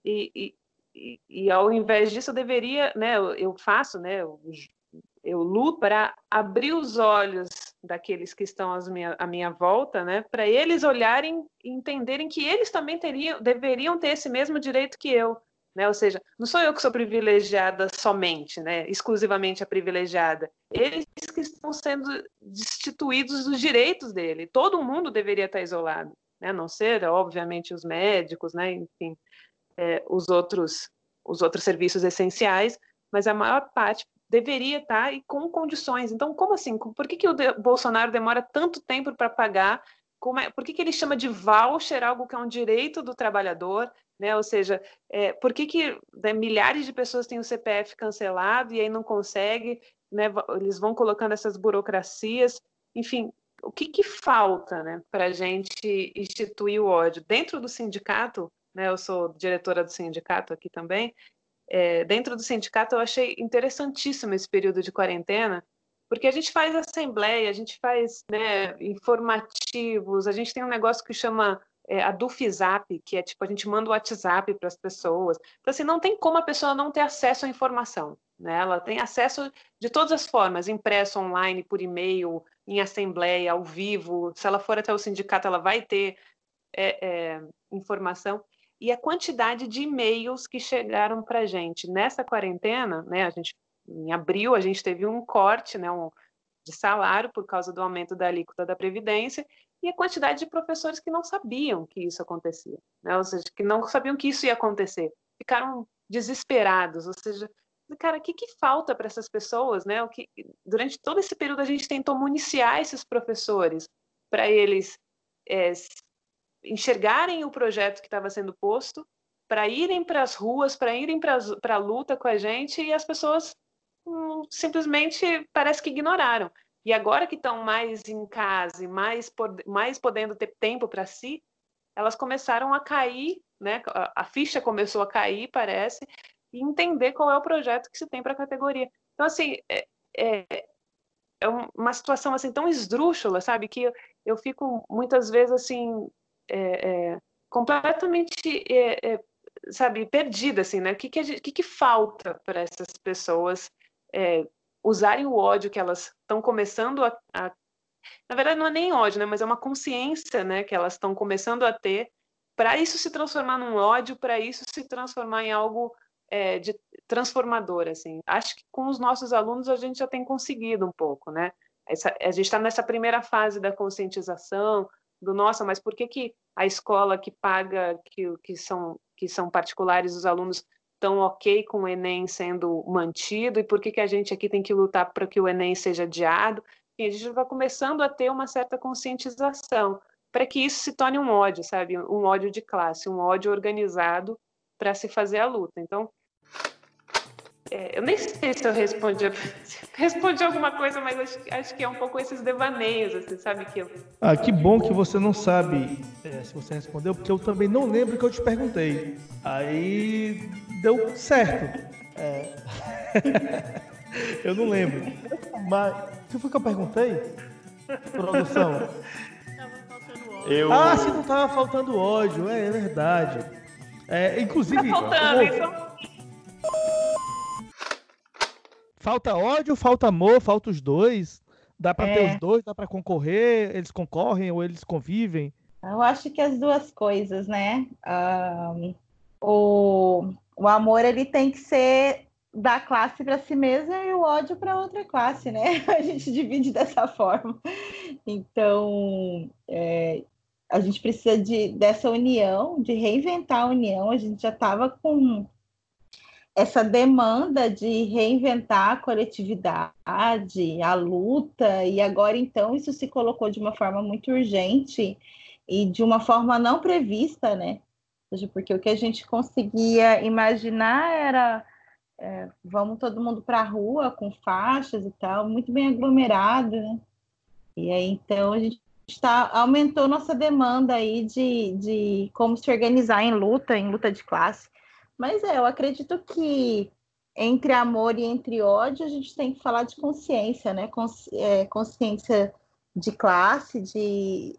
e ao invés disso eu deveria, né, eu faço, né, eu luto para abrir os olhos daqueles que estão à minha volta, né, para eles olharem e entenderem que eles também deveriam ter esse mesmo direito que eu, né, ou seja, não sou eu que sou privilegiada somente, né, exclusivamente a privilegiada, eles que estão sendo destituídos dos direitos dele, todo mundo deveria estar isolado, né, a não ser, obviamente, os médicos, né, enfim, os outros serviços essenciais, mas a maior parte deveria estar e com condições. Então, como assim? Por que o Bolsonaro demora tanto tempo para pagar? Por que ele chama de voucher algo que é um direito do trabalhador? Né? Ou seja, por que milhares de pessoas têm o CPF cancelado e aí não consegue? Né? Eles vão colocando essas burocracias. Enfim, o que falta, né, para a gente instituir o ódio? Dentro do sindicato, né, eu sou diretora do sindicato aqui também, dentro do sindicato eu achei interessantíssimo esse período de quarentena, porque a gente faz assembleia, a gente faz, né, informativos, a gente tem um negócio que chama a Dufizap, que é tipo, a gente manda o WhatsApp para as pessoas. Então, assim, não tem como a pessoa não ter acesso à informação, né? Ela tem acesso de todas as formas, impresso, online, por e-mail, em assembleia, ao vivo. Se ela for até o sindicato, ela vai ter informação. E a quantidade de e-mails que chegaram para a gente nessa quarentena, né? Em abril, a gente teve um corte, né, de salário por causa do aumento da alíquota da Previdência, e a quantidade de professores que não sabiam que isso acontecia, né? Ou seja, que não sabiam que isso ia acontecer, ficaram desesperados, ou seja, cara, o que falta para essas pessoas, né? Durante todo esse período a gente tentou municiar esses professores para eles enxergarem o projeto que estava sendo posto, para irem para as ruas, para irem para a luta com a gente, e as pessoas simplesmente parece que ignoraram. E agora que estão mais em casa e mais podendo ter tempo para si, elas começaram a cair, né? A ficha começou a cair, parece, e entender qual é o projeto que se tem para a categoria. Então, assim, é uma situação assim tão esdrúxula, sabe, que eu fico muitas vezes assim completamente sabe, perdida, assim, né? O que falta para essas pessoas usarem o ódio que elas estão começando na verdade não é nem ódio, né? Mas é uma consciência, né, que elas estão começando a ter, para isso se transformar num ódio, para isso se transformar em algo de transformador, assim. Acho que com os nossos alunos a gente já tem conseguido um pouco, né? A gente está nessa primeira fase da conscientização, nossa, mas por que a escola que paga, que são particulares, os alunos estão ok com o Enem sendo mantido, e por que a gente aqui tem que lutar para que o Enem seja adiado? E a gente vai começando a ter uma certa conscientização, para que isso se torne um ódio, sabe? Um ódio de classe, um ódio organizado para se fazer a luta. Então, eu nem sei se eu respondi alguma coisa, mas acho que é um pouco esses devaneios, assim, sabe? Que bom que você não sabe se você respondeu, porque eu também não lembro que eu te perguntei. Aí deu certo. Eu não lembro. Mas o que foi que eu perguntei? Produção. Se não tava faltando ódio, é verdade. Inclusive. Tá faltando, então. Falta ódio, falta amor, falta os dois. Dá pra ter os dois, dá pra concorrer, eles concorrem ou eles convivem? Eu acho que as duas coisas, né? O amor, ele tem que ser da classe para si mesma e o ódio para outra classe, né? A gente divide dessa forma. Então, a gente precisa dessa união, de reinventar a união. A gente já estava com essa demanda de reinventar a coletividade, a luta, e agora, então, isso se colocou de uma forma muito urgente e de uma forma não prevista, né? Ou seja, porque o que a gente conseguia imaginar era vamos todo mundo para a rua com faixas e tal, muito bem aglomerado, né? E aí, então, a gente aumentou nossa demanda aí de como se organizar em luta de classe. Mas eu acredito que entre amor e entre ódio, a gente tem que falar de consciência, né? Consciência de classe, de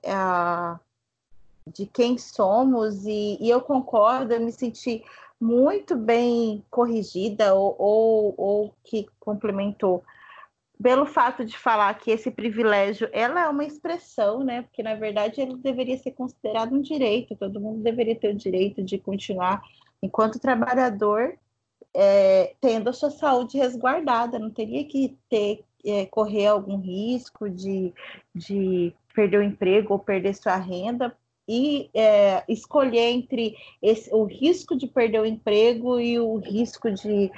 quem somos, e eu concordo, eu me senti muito bem corrigida, ou que complementou, pelo fato de falar que esse privilégio, ela é uma expressão, né? Porque, na verdade, ele deveria ser considerado um direito, todo mundo deveria ter o direito de continuar, enquanto trabalhador, tendo a sua saúde resguardada, não teria que correr algum risco de perder o emprego ou perder sua renda, e escolher entre o risco de perder o emprego e o risco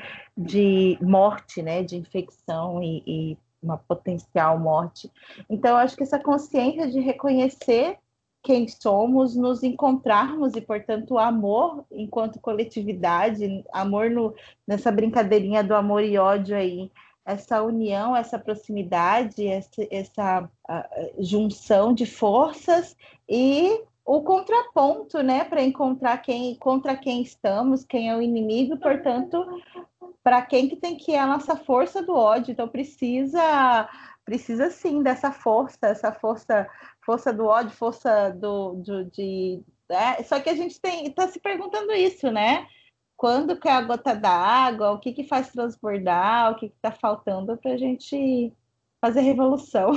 de morte, né, de infecção e uma potencial morte. Então, eu acho que essa consciência de reconhecer quem somos, nos encontrarmos e, portanto, o amor enquanto coletividade, amor nessa brincadeirinha do amor e ódio aí, essa união, essa proximidade, essa junção de forças e o contraponto, né, para encontrar contra quem estamos, quem é o inimigo, portanto, para quem que tem que ir a nossa força do ódio. Então precisa sim dessa força, força do ódio, força só que a gente está se perguntando isso, né? Quando que é a gota d'água, o que faz transbordar, o que está faltando para a gente fazer revolução.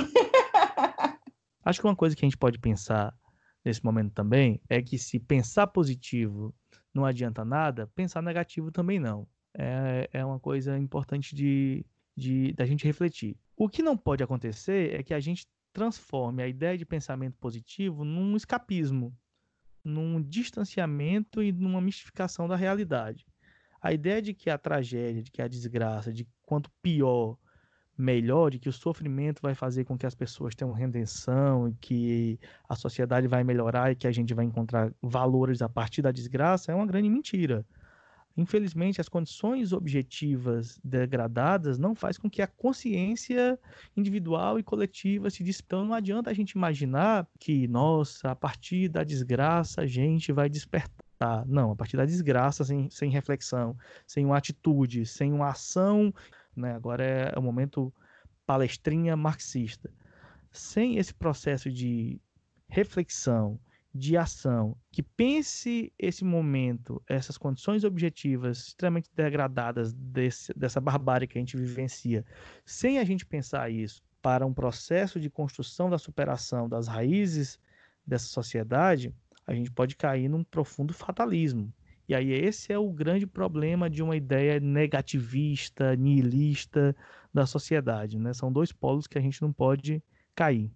Acho que uma coisa que a gente pode pensar nesse momento também é que se pensar positivo não adianta nada, pensar negativo também não. É uma coisa importante da gente refletir. O que não pode acontecer é que a gente transforme a ideia de pensamento positivo num escapismo, num distanciamento e numa mistificação da realidade. A ideia de que a tragédia, de que a desgraça, de quanto pior, melhor, de que o sofrimento vai fazer com que as pessoas tenham redenção e que a sociedade vai melhorar e que a gente vai encontrar valores a partir da desgraça, é uma grande mentira. Infelizmente, as condições objetivas degradadas não faz com que a consciência individual e coletiva se disperse. Então, não adianta a gente imaginar que, nossa, a partir da desgraça a gente vai despertar. Não, a partir da desgraça, sem reflexão, sem uma atitude, sem uma ação, né? Agora é o momento palestrinha marxista. Sem esse processo de reflexão, de ação, que pense esse momento, essas condições objetivas extremamente degradadas dessa barbárie que a gente vivencia, sem a gente pensar isso para um processo de construção da superação das raízes dessa sociedade, a gente pode cair num profundo fatalismo. E aí esse é o grande problema de uma ideia negativista, nihilista da sociedade, né? São dois polos que a gente não pode cair.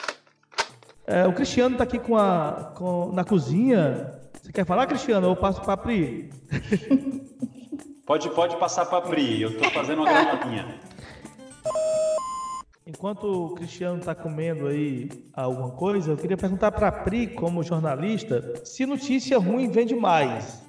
O Cristiano está aqui na cozinha. Você quer falar, Cristiano? Ou eu passo para a Pri? Pode passar para a Pri. Eu estou fazendo uma gramadinha. Enquanto o Cristiano está comendo aí alguma coisa, eu queria perguntar para a Pri, como jornalista, se notícia ruim vende mais.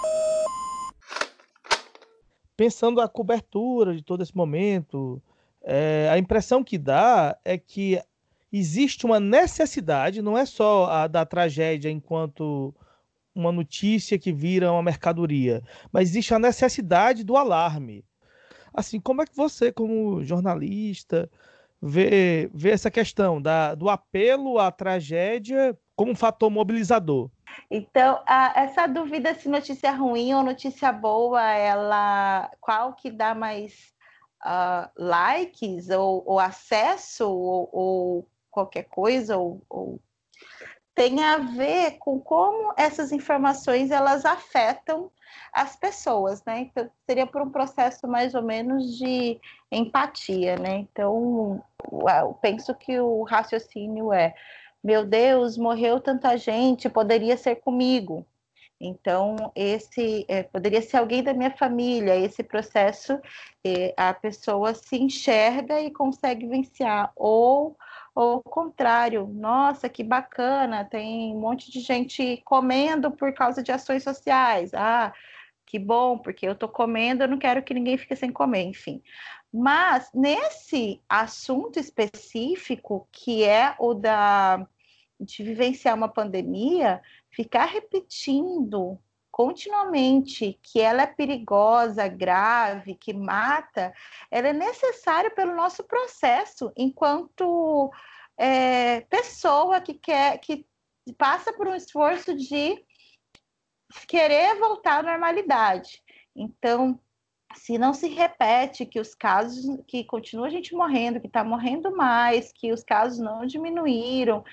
Pensando a cobertura de todo esse momento, a impressão que dá é que existe uma necessidade, não é só a da tragédia enquanto uma notícia que vira uma mercadoria, mas existe a necessidade do alarme. Assim, como é que você, como jornalista, vê essa questão do apelo à tragédia como um fator mobilizador? Então, essa dúvida se notícia ruim ou notícia boa, qual que dá mais likes ou acesso ou qualquer coisa, tem a ver com como essas informações elas afetam as pessoas, né? Então, seria por um processo mais ou menos de empatia, né? Então, eu penso que o raciocínio é: meu Deus, morreu tanta gente, poderia ser comigo. Então, esse poderia ser alguém da minha família. Esse processo, a pessoa se enxerga e consegue vencer. Ou o contrário, nossa, que bacana, tem um monte de gente comendo por causa de ações sociais. Ah, que bom, porque eu estou comendo, eu não quero que ninguém fique sem comer, enfim. Mas nesse assunto específico, que é o de vivenciar uma pandemia, ficar repetindo continuamente que ela é perigosa, grave, que mata, ela é necessária pelo nosso processo enquanto pessoa que passa por um esforço de querer voltar à normalidade. Então, se não se repete que os casos, que continua a gente morrendo, que está morrendo mais, que os casos não diminuíram,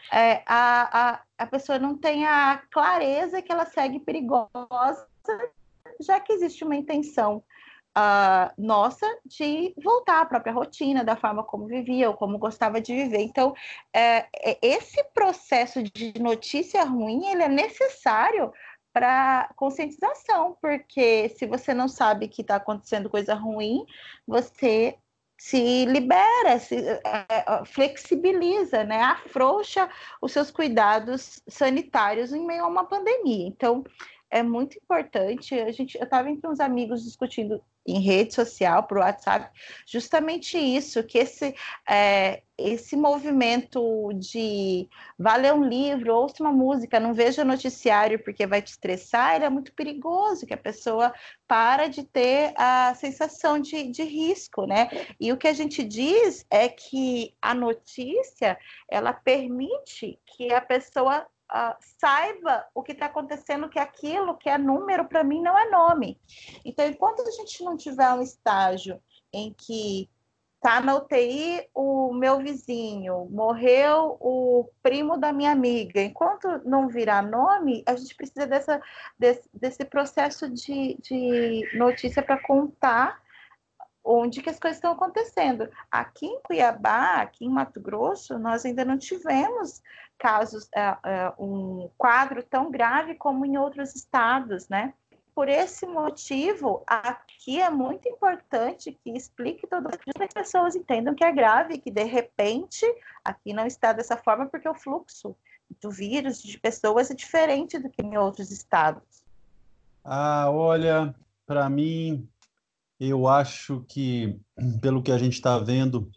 a pessoa não tem a clareza que ela segue perigosa, já que existe uma intenção nossa de voltar à própria rotina, da forma como vivia ou como gostava de viver. Então, esse processo de notícia ruim, ele é necessário para conscientização, porque se você não sabe que está acontecendo coisa ruim, você se libera, flexibiliza, né? Afrouxa os seus cuidados sanitários em meio a uma pandemia. Então, é muito importante. Eu estava entre uns amigos discutindo em rede social, por WhatsApp, justamente isso, que esse movimento de vá ler um livro, ouça uma música, não veja noticiário porque vai te estressar, ele é muito perigoso, que a pessoa para de ter a sensação de risco, né? E o que a gente diz é que a notícia, ela permite que a pessoa saiba o que está acontecendo, que aquilo que é número, para mim, não é nome. Então, enquanto a gente não tiver um estágio em que está na UTI o meu vizinho, morreu o primo da minha amiga, enquanto não virar nome, a gente precisa desse processo de notícia para contar onde que as coisas estão acontecendo. Aqui em Cuiabá, aqui em Mato Grosso, nós ainda não tivemos casos, um quadro tão grave como em outros estados, né? Por esse motivo, aqui é muito importante que explique tudo para que as pessoas entendam que é grave, que de repente aqui não está dessa forma, porque o fluxo do vírus de pessoas é diferente do que em outros estados. Olha, para mim, eu acho que, pelo que a gente está vendo,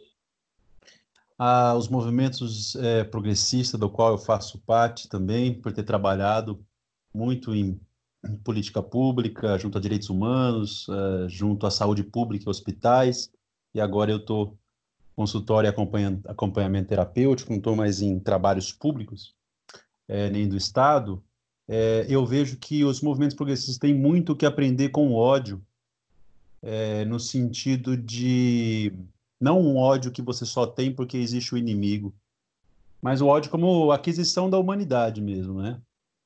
os movimentos progressistas, do qual eu faço parte também, por ter trabalhado muito em política pública, junto a direitos humanos, junto à saúde pública e hospitais, e agora eu estou consultório e acompanhamento terapêutico, não estou mais em trabalhos públicos, nem do Estado. Eu vejo que os movimentos progressistas têm muito o que aprender com o ódio, no sentido de não um ódio que você só tem porque existe o inimigo, mas o ódio como aquisição da humanidade mesmo, né?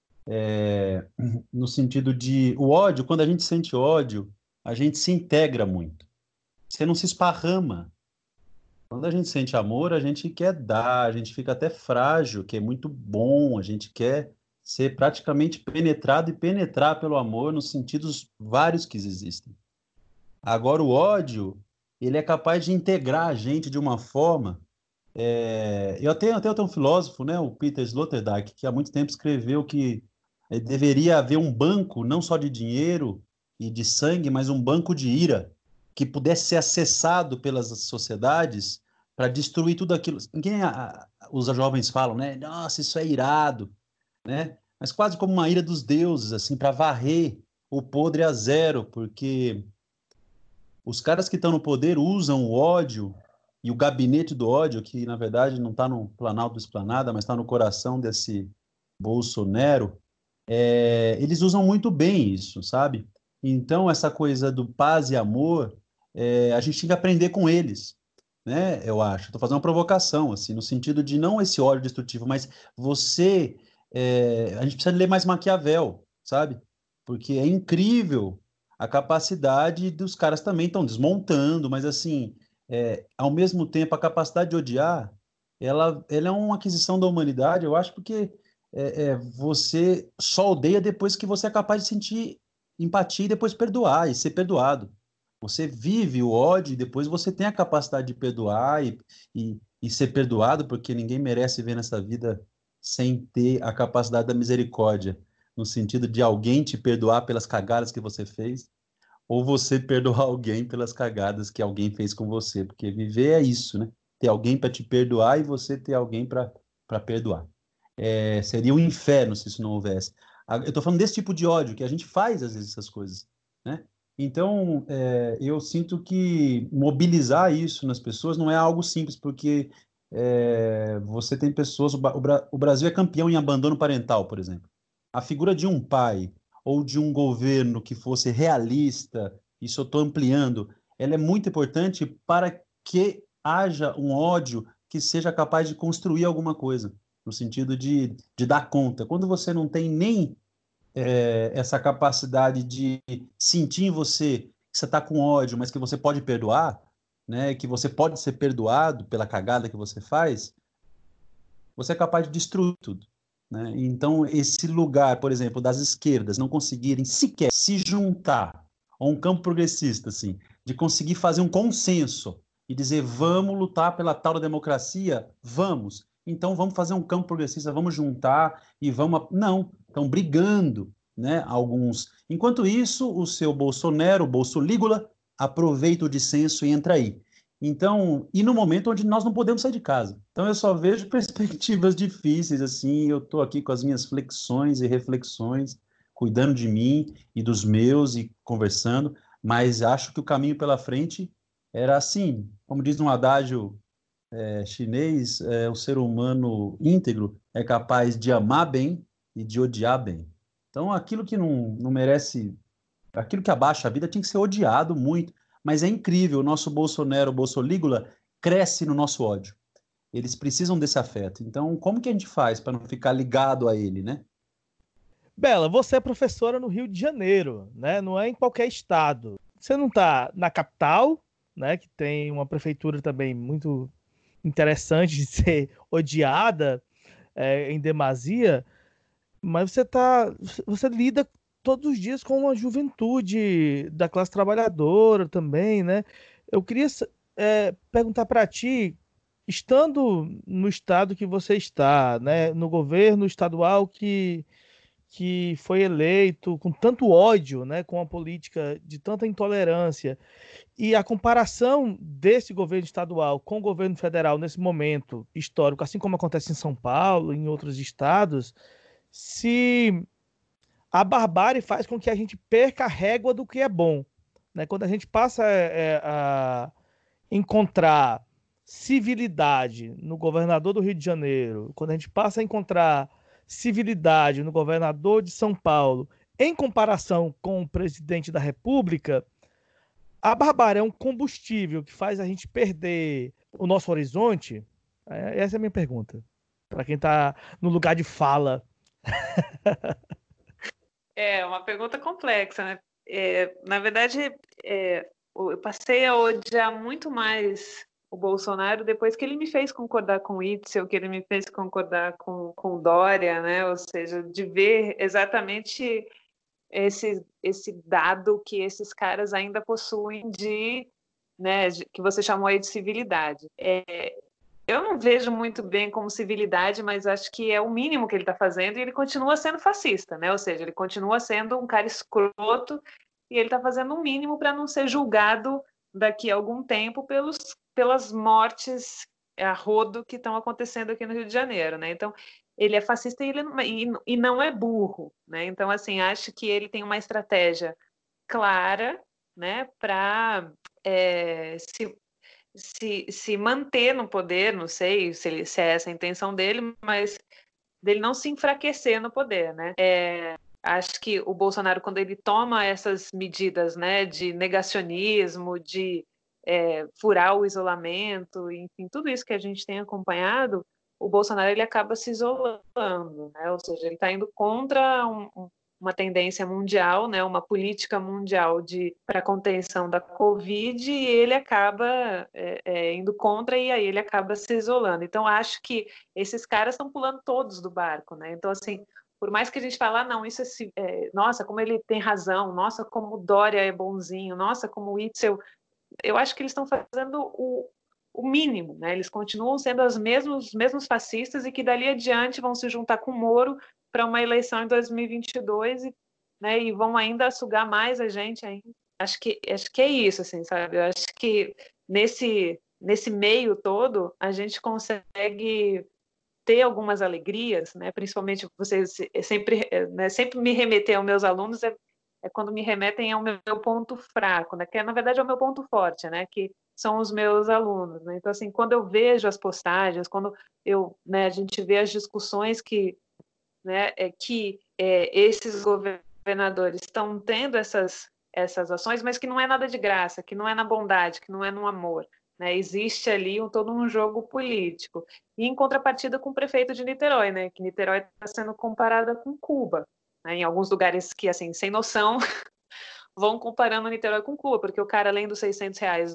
No sentido de o ódio, quando a gente sente ódio, a gente se integra muito. Você não se esparrama. Quando a gente sente amor, a gente quer dar, a gente fica até frágil, que é muito bom, a gente quer ser praticamente penetrado e penetrar pelo amor nos sentidos vários que existem. Agora, o ódio, ele é capaz de integrar a gente de uma forma... Eu tenho um filósofo, né, o Peter Sloterdijk, que há muito tempo escreveu que deveria haver um banco, não só de dinheiro e de sangue, mas um banco de ira, que pudesse ser acessado pelas sociedades para destruir tudo aquilo. Os jovens falam, né? Nossa, isso é irado, né? Mas quase como uma ira dos deuses, assim, para varrer o podre a zero, porque os caras que estão no poder usam o ódio e o gabinete do ódio, que na verdade não está no Planalto Esplanada, mas está no coração desse Bolsonaro, eles usam muito bem isso, sabe? Então, essa coisa do paz e amor, a gente tem que aprender com eles. né? Eu acho. Estou fazendo uma provocação, assim, no sentido de não esse ódio destrutivo, mas você... a gente precisa ler mais Maquiavel, sabe? Porque é incrível a capacidade dos caras também estão desmontando, mas assim, ao mesmo tempo, a capacidade de odiar, ela é uma aquisição da humanidade, eu acho, porque você só odeia depois que você é capaz de sentir empatia e depois perdoar e ser perdoado. Você vive o ódio e depois você tem a capacidade de perdoar e ser perdoado, porque ninguém merece ver nessa vida sem ter a capacidade da misericórdia, no sentido de alguém te perdoar pelas cagadas que você fez, ou você perdoar alguém pelas cagadas que alguém fez com você, porque viver é isso, né? Ter alguém para te perdoar e você ter alguém para perdoar. Seria um inferno se isso não houvesse. Eu estou falando desse tipo de ódio, que a gente faz às vezes essas coisas, né? Então, eu sinto que mobilizar isso nas pessoas não é algo simples, porque você tem pessoas... O Brasil é campeão em abandono parental, por exemplo. A figura de um pai ou de um governo que fosse realista, isso eu estou ampliando, ela é muito importante para que haja um ódio que seja capaz de construir alguma coisa, no sentido de dar conta. Quando você não tem nem essa capacidade de sentir em você que você está com ódio, mas que você pode perdoar, né? Que você pode ser perdoado pela cagada que você faz, você é capaz de destruir tudo, né? Então, esse lugar, por exemplo, das esquerdas não conseguirem sequer se juntar a um campo progressista, assim, de conseguir fazer um consenso e dizer, vamos lutar pela tal da democracia, vamos. Então, vamos fazer um campo progressista, vamos juntar e vamos... Não, estão brigando, né, alguns. Enquanto isso, o seu Bolsonaro, o Bolsolígula, aproveita o dissenso e entra aí. Então, e no momento onde nós não podemos sair de casa. Então, eu só vejo perspectivas difíceis, assim, eu estou aqui com as minhas flexões e reflexões, cuidando de mim e dos meus e conversando, mas acho que o caminho pela frente era assim, como diz um adágio chinês, o ser humano íntegro é capaz de amar bem e de odiar bem. Então, aquilo que não merece, aquilo que abaixa a vida tinha que ser odiado muito. Mas é incrível, o nosso Bolsonaro, o Bolsolígula, cresce no nosso ódio. Eles precisam desse afeto. Então, como que a gente faz para não ficar ligado a ele, né? Bela, você é professora no Rio de Janeiro, né? Não é em qualquer estado. Você não está na capital, né? Que tem uma prefeitura também muito interessante de ser odiada em demasia, mas você lida todos os dias com uma juventude da classe trabalhadora também, né? Eu queria perguntar para ti, estando no estado que você está, né? No governo estadual que foi eleito com tanto ódio, né? Com uma política de tanta intolerância, e a comparação desse governo estadual com o governo federal nesse momento histórico, assim como acontece em São Paulo, em outros estados, se a barbárie faz com que a gente perca a régua do que é bom, né? Quando a gente passa a encontrar civilidade no governador do Rio de Janeiro, quando a gente passa a encontrar civilidade no governador de São Paulo, em comparação com o presidente da República, a barbárie é um combustível que faz a gente perder o nosso horizonte? Essa é a minha pergunta, para quem está no lugar de fala. É uma pergunta complexa, né? Na verdade, eu passei a odiar muito mais o Bolsonaro depois que ele me fez concordar com o Itzel, que ele me fez concordar com o Dória, né? Ou seja, de ver exatamente esse dado que esses caras ainda possuem né, que você chamou aí de civilidade. Eu não vejo muito bem como civilidade, mas acho que é o mínimo que ele está fazendo, e ele continua sendo fascista, né? Ou seja, ele continua sendo um cara escroto e ele está fazendo o mínimo para não ser julgado daqui a algum tempo pelas mortes a rodo que estão acontecendo aqui no Rio de Janeiro, né? Então, ele é fascista e não é burro, né? Então, assim, acho que ele tem uma estratégia clara, né, para se manter no poder. Não sei se é essa a intenção dele, mas dele não se enfraquecer no poder, né? Acho que o Bolsonaro, quando ele toma essas medidas, né, de negacionismo, de furar o isolamento, enfim, tudo isso que a gente tem acompanhado, o Bolsonaro ele acaba se isolando, né? Ou seja, ele está indo contra uma tendência mundial, né? Uma política mundial para a contenção da Covid, e ele acaba indo contra, e aí ele acaba se isolando. Então, acho que esses caras estão pulando todos do barco, né? Então, assim, por mais que a gente fale, não, isso nossa, como ele tem razão, nossa, como o Dória é bonzinho, nossa, como o Witzel, eu acho que eles estão fazendo o mínimo, né? Eles continuam sendo os mesmos fascistas, e que dali adiante vão se juntar com o Moro para uma eleição em 2022, né? E vão ainda sugar mais a gente ainda. Acho que é isso, assim, sabe? Eu acho que nesse meio todo a gente consegue ter algumas alegrias, né? Principalmente vocês sempre me remeter aos meus alunos é quando me remetem ao meu ponto fraco, né? Que na verdade é o meu ponto forte, né? Que são os meus alunos, né? Então, assim, quando eu vejo as postagens, quando a gente vê as discussões que esses governadores estão tendo essas ações, mas que não é nada de graça, que não é na bondade, que não é no amor, né? Existe ali todo um jogo político. E em contrapartida com o prefeito de Niterói, né? Que Niterói está sendo comparada com Cuba, né? Em alguns lugares que, assim, sem noção, vão comparando Niterói com Cuba, porque o cara, além dos R$600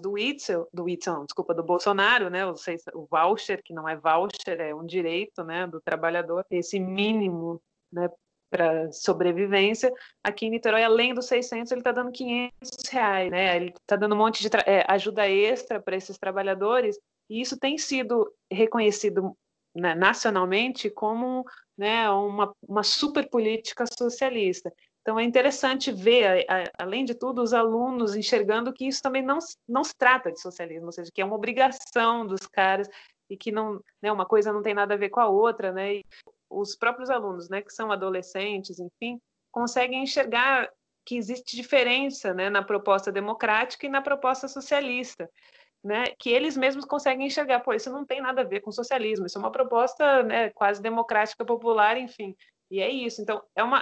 do Bolsonaro, né? O voucher, que não é voucher, é um direito, né, do trabalhador, esse mínimo, né, para sobrevivência, aqui em Niterói, além dos 600, ele está dando R$500, né? Ele está dando um monte de ajuda extra para esses trabalhadores, e isso tem sido reconhecido, né, nacionalmente como, né, uma super política socialista. Então é interessante ver, além de tudo, os alunos enxergando que isso também não se trata de socialismo, ou seja, que é uma obrigação dos caras, e que não, né, uma coisa não tem nada a ver com a outra, né? E os próprios alunos, né, que são adolescentes, enfim, conseguem enxergar que existe diferença, né, na proposta democrática e na proposta socialista, né, que eles mesmos conseguem enxergar, pô, isso não tem nada a ver com socialismo, isso é uma proposta, né, quase democrática, popular, enfim, e é isso. Então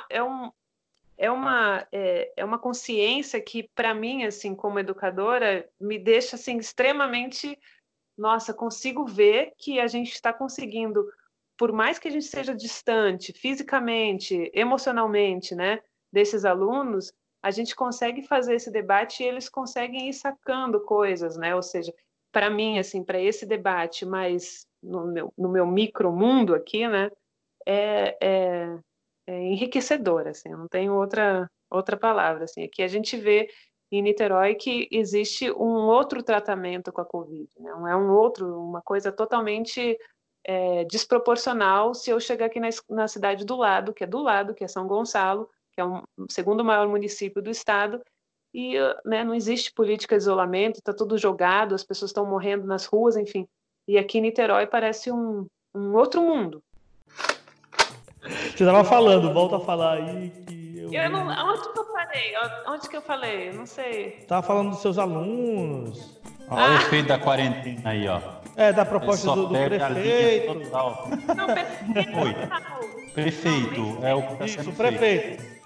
é uma consciência que, para mim, assim, como educadora, me deixa, assim, extremamente, nossa, consigo ver que a gente está conseguindo, por mais que a gente seja distante fisicamente, emocionalmente, né, desses alunos, a gente consegue fazer esse debate e eles conseguem ir sacando coisas, né? Ou seja, para mim, assim, para esse debate mais no meu micromundo aqui, né, é enriquecedor, assim, eu não tenho outra palavra, assim. Aqui a gente vê em Niterói que existe um outro tratamento com a Covid, né? Uma coisa totalmente desproporcional se eu chegar aqui na cidade do lado, que é São Gonçalo, que é o segundo maior município do estado, e, né, não existe política de isolamento, está tudo jogado, as pessoas estão morrendo nas ruas, enfim. E aqui em Niterói parece um outro mundo. Você estava falando, volta a falar aí que Onde que eu falei? Eu não sei. Tava falando dos seus alunos. Olha o efeito da quarentena aí, ó. Da proposta do prefeito. Não, Prefeito, é o que está sendo feito. Prefeito.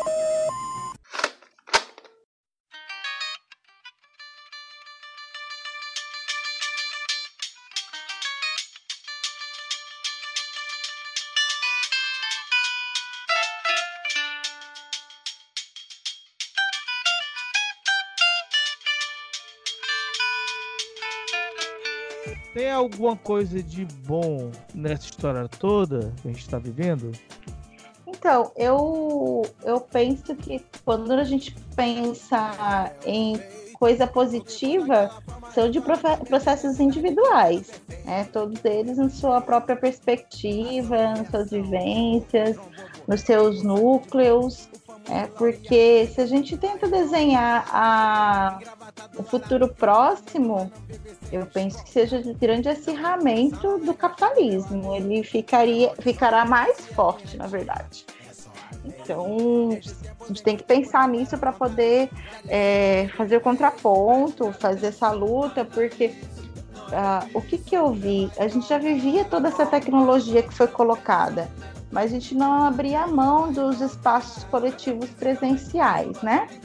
Tem alguma coisa de bom nessa história toda que a gente está vivendo? Então, eu penso que quando a gente pensa em coisa positiva, são de processos individuais, né? Todos eles na sua própria perspectiva, nas suas vivências, nos seus núcleos, porque se a gente tenta desenhar o futuro próximo, eu penso que seja de grande acirramento do capitalismo. Ele ficará mais forte, na verdade. Então, a gente tem que pensar nisso para poder fazer o contraponto, fazer essa luta, porque o que eu vi? A gente já vivia toda essa tecnologia que foi colocada, mas a gente não abria mão dos espaços coletivos presenciais, né?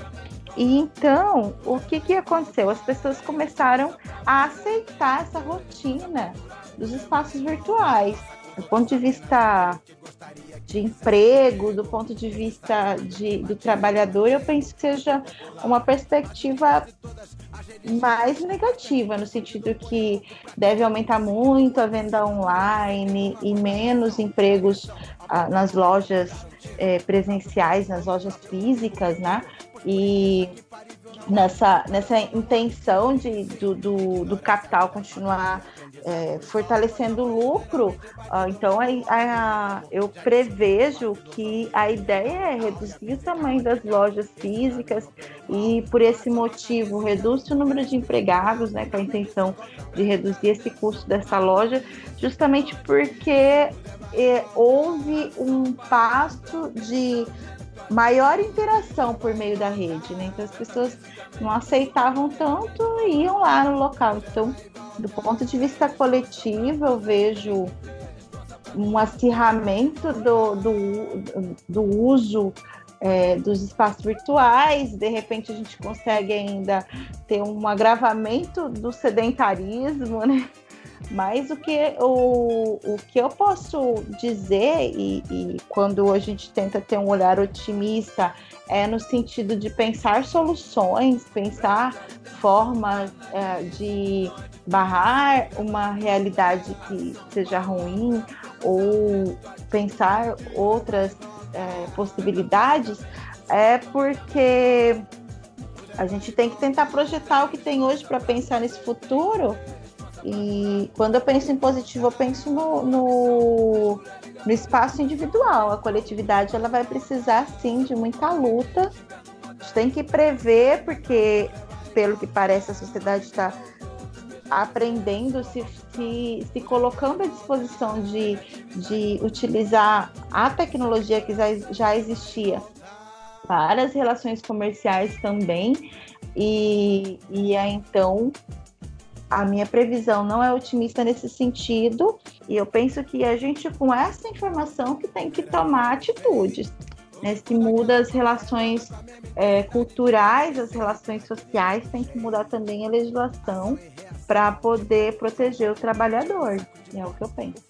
E então, o que aconteceu? As pessoas começaram a aceitar essa rotina dos espaços virtuais. Do ponto de vista de emprego, do ponto de vista do trabalhador, eu penso que seja uma perspectiva mais negativa, no sentido que deve aumentar muito a venda online e menos empregos nas lojas presenciais, nas lojas físicas, né? E nessa intenção do capital continuar fortalecendo o lucro, então eu prevejo que a ideia é reduzir o tamanho das lojas físicas e, por esse motivo, reduz o número de empregados, né, com a intenção de reduzir esse custo dessa loja, justamente porque houve um passo de maior interação por meio da rede, né? Então as pessoas não aceitavam tanto e iam lá no local. Então, do ponto de vista coletivo, eu vejo um acirramento do uso dos espaços virtuais. De repente a gente consegue ainda ter um agravamento do sedentarismo, né? Mas o que eu posso dizer, e quando a gente tenta ter um olhar otimista, é no sentido de pensar soluções, pensar formas de barrar uma realidade que seja ruim, ou pensar outras possibilidades, é porque a gente tem que tentar projetar o que tem hoje para pensar nesse futuro. E quando eu penso em positivo, eu penso no espaço individual. A coletividade ela vai precisar, sim, de muita luta. A gente tem que prever, porque, pelo que parece, a sociedade está aprendendo, se colocando à disposição de utilizar a tecnologia que já existia para as relações comerciais também. E aí, então, a minha previsão não é otimista nesse sentido, e eu penso que a gente, com essa informação, que tem que tomar atitudes, né? Se muda as relações culturais, as relações sociais, tem que mudar também a legislação para poder proteger o trabalhador, é o que eu penso.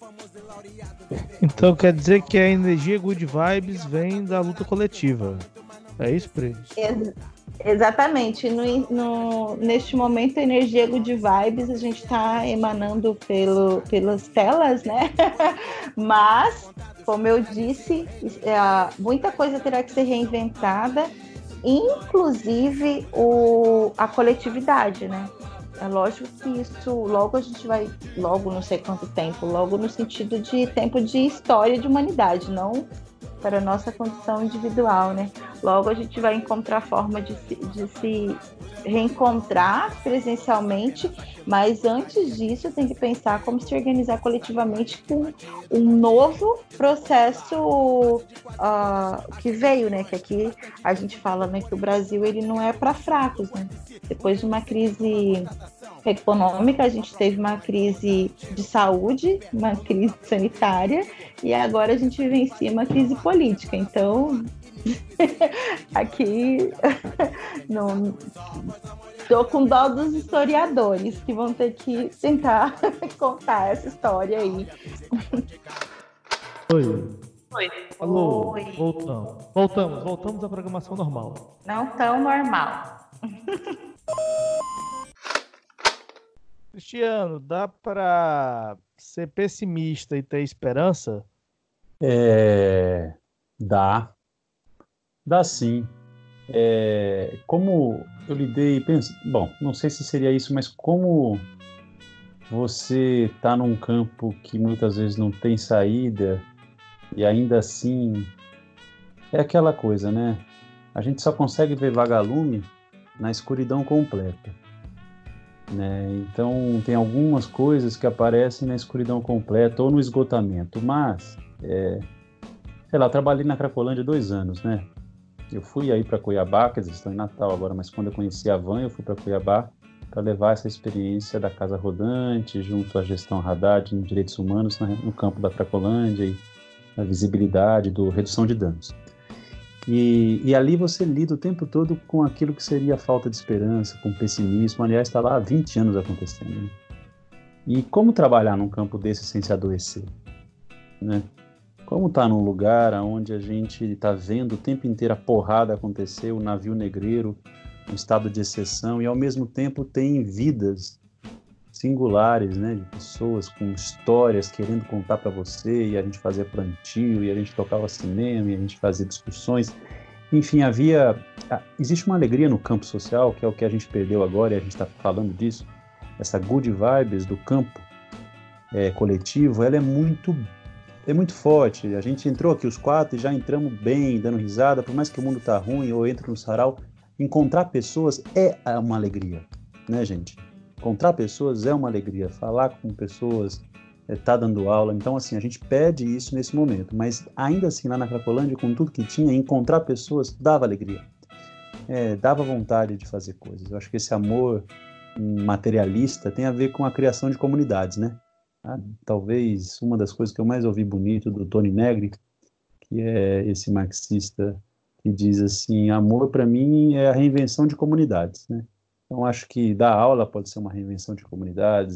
Então quer dizer que a energia Good Vibes vem da luta coletiva, é isso, Pri? Exatamente. Neste momento, a energia Good Vibes a gente está emanando pelas telas, né? Mas, como eu disse, muita coisa terá que ser reinventada, inclusive a coletividade, né? É lógico que isso, logo a gente vai, não sei quanto tempo, logo no sentido de tempo de história de humanidade, não para a nossa condição individual, né? Logo a gente vai encontrar forma de se reencontrar presencialmente, mas antes disso tem que pensar como se organizar coletivamente com um novo processo que veio, né? Que aqui a gente fala, né, que o Brasil ele não é para fracos, né? Depois de uma crise econômica, a gente teve uma crise de saúde, uma crise sanitária, e agora a gente vivencia uma crise política. Então, aqui não estou com dó dos historiadores que vão ter que tentar contar essa história aí. Oi. Alô. Oi. Voltamos à programação normal. Não tão normal. Cristiano, dá para ser pessimista e ter esperança? Dá sim. Como eu lidei, não sei se seria isso, mas como você está num campo que muitas vezes não tem saída e ainda assim é aquela coisa, né? A gente só consegue ver vagalume na escuridão completa, né? Então tem algumas coisas que aparecem na escuridão completa ou no esgotamento, mas sei lá, eu trabalhei na Cracolândia 2 anos, né? Eu fui aí para Cuiabá, quer dizer, estou em Natal agora, mas quando eu conheci a Van, eu fui para Cuiabá para levar essa experiência da Casa Rodante junto à gestão Haddad em direitos humanos no campo da Cracolândia e a visibilidade redução de danos. E ali você lida o tempo todo com aquilo que seria a falta de esperança, com pessimismo. Aliás, está lá há 20 anos acontecendo. Né? E como trabalhar num campo desse sem se adoecer? Né? Como estar num lugar onde a gente está vendo o tempo inteiro a porrada acontecer, o navio negreiro, um estado de exceção, e ao mesmo tempo tem vidas singulares, né, de pessoas com histórias querendo contar para você, e a gente fazia plantio, e a gente tocava cinema, e a gente fazia discussões. Enfim, existe uma alegria no campo social, que é o que a gente perdeu agora, e a gente está falando disso. Essa good vibes do campo coletivo, ela é muito forte. A gente entrou aqui os 4 e já entramos bem, dando risada, por mais que o mundo tá ruim, ou entra no sarau, encontrar pessoas é uma alegria, né, gente? Encontrar pessoas é uma alegria, falar com pessoas, tá dando aula. Então, assim, a gente pede isso nesse momento, mas ainda assim, lá na Cracolândia, com tudo que tinha, encontrar pessoas dava alegria, dava vontade de fazer coisas. Eu acho que esse amor materialista tem a ver com a criação de comunidades, né? Talvez uma das coisas que eu mais ouvi bonito do Tony Negri, que é esse marxista que diz assim, amor para mim é a reinvenção de comunidades, né? Então, acho que dar aula pode ser uma reinvenção de comunidades,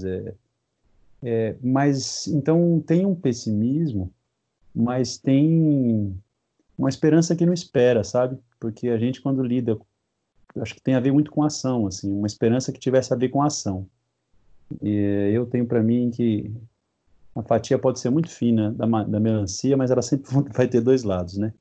mas, então, tem um pessimismo, mas tem uma esperança que não espera, sabe? Porque a gente, quando lida, acho que tem a ver muito com ação, assim, uma esperança que tivesse a ver com ação. E eu tenho para mim que a fatia pode ser muito fina da melancia, mas ela sempre vai ter 2 lados, né?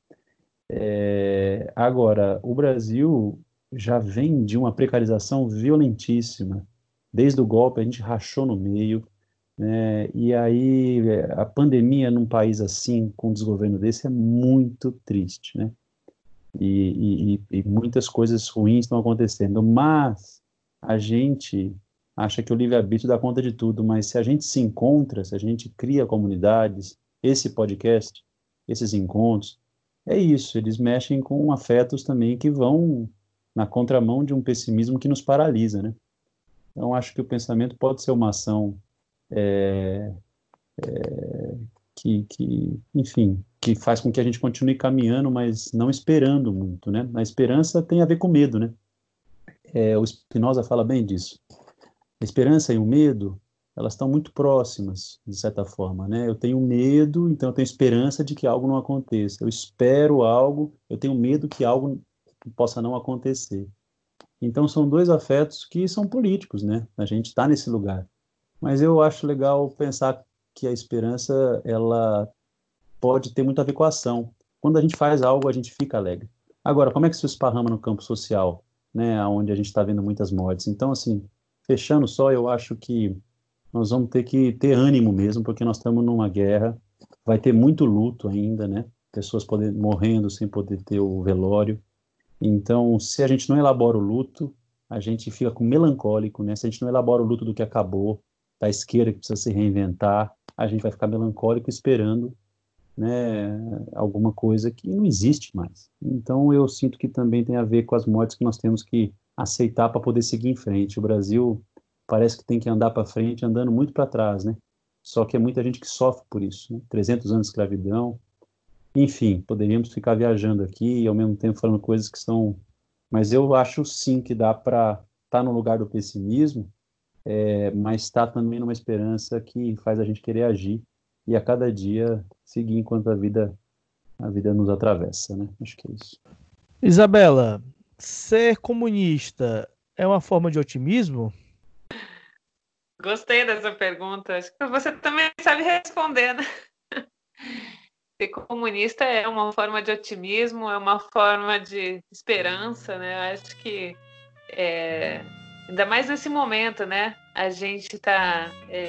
Agora, o Brasil já vem de uma precarização violentíssima. Desde o golpe a gente rachou no meio, né? E aí a pandemia num país assim, com um desgoverno desse, é muito triste, né? E muitas coisas ruins estão acontecendo, mas a gente acha que o livre-arbítrio dá conta de tudo, mas se a gente se encontra, se a gente cria comunidades, esse podcast, esses encontros, é isso, eles mexem com afetos também que vão na contramão de um pessimismo que nos paralisa, né? Então, acho que o pensamento pode ser uma ação enfim, que faz com que a gente continue caminhando, mas não esperando muito, né? A esperança tem a ver com medo, né? O Spinoza fala bem disso. A esperança e o medo, elas estão muito próximas, de certa forma, né? Eu tenho medo, então eu tenho esperança de que algo não aconteça. Eu espero algo, eu tenho medo que algo possa não acontecer. Então são 2 afetos que são políticos, né? A gente está nesse lugar. Mas eu acho legal pensar que a esperança, ela pode ter muito a ver com a ação. Quando a gente faz algo, a gente fica alegre. Agora, como é que isso esparrama no campo social, né? Onde a gente está vendo muitas mortes. Então, assim, fechando só, eu acho que nós vamos ter que ter ânimo mesmo, porque nós estamos numa guerra, vai ter muito luto ainda, né? Pessoas morrendo sem poder ter o velório. Então, se a gente não elabora o luto, a gente fica com melancólico, né? Se a gente não elabora o luto do que acabou, da esquerda que precisa se reinventar, a gente vai ficar melancólico esperando, né, alguma coisa que não existe mais. Então, eu sinto que também tem a ver com as mortes que nós temos que aceitar para poder seguir em frente. O Brasil parece que tem que andar para frente, andando muito para trás, né? Só que é muita gente que sofre por isso, né? 300 anos de escravidão. Enfim, poderíamos ficar viajando aqui e ao mesmo tempo falando coisas que são... Mas eu acho sim que dá para estar no lugar do pessimismo, mas está também numa esperança que faz a gente querer agir e a cada dia seguir enquanto a vida nos atravessa, né? Acho que é isso. Isabela, ser comunista é uma forma de otimismo? Gostei dessa pergunta. Acho que você também sabe responder, né? Ser comunista é uma forma de otimismo, é uma forma de esperança, né? Acho que ainda mais nesse momento, né? A gente está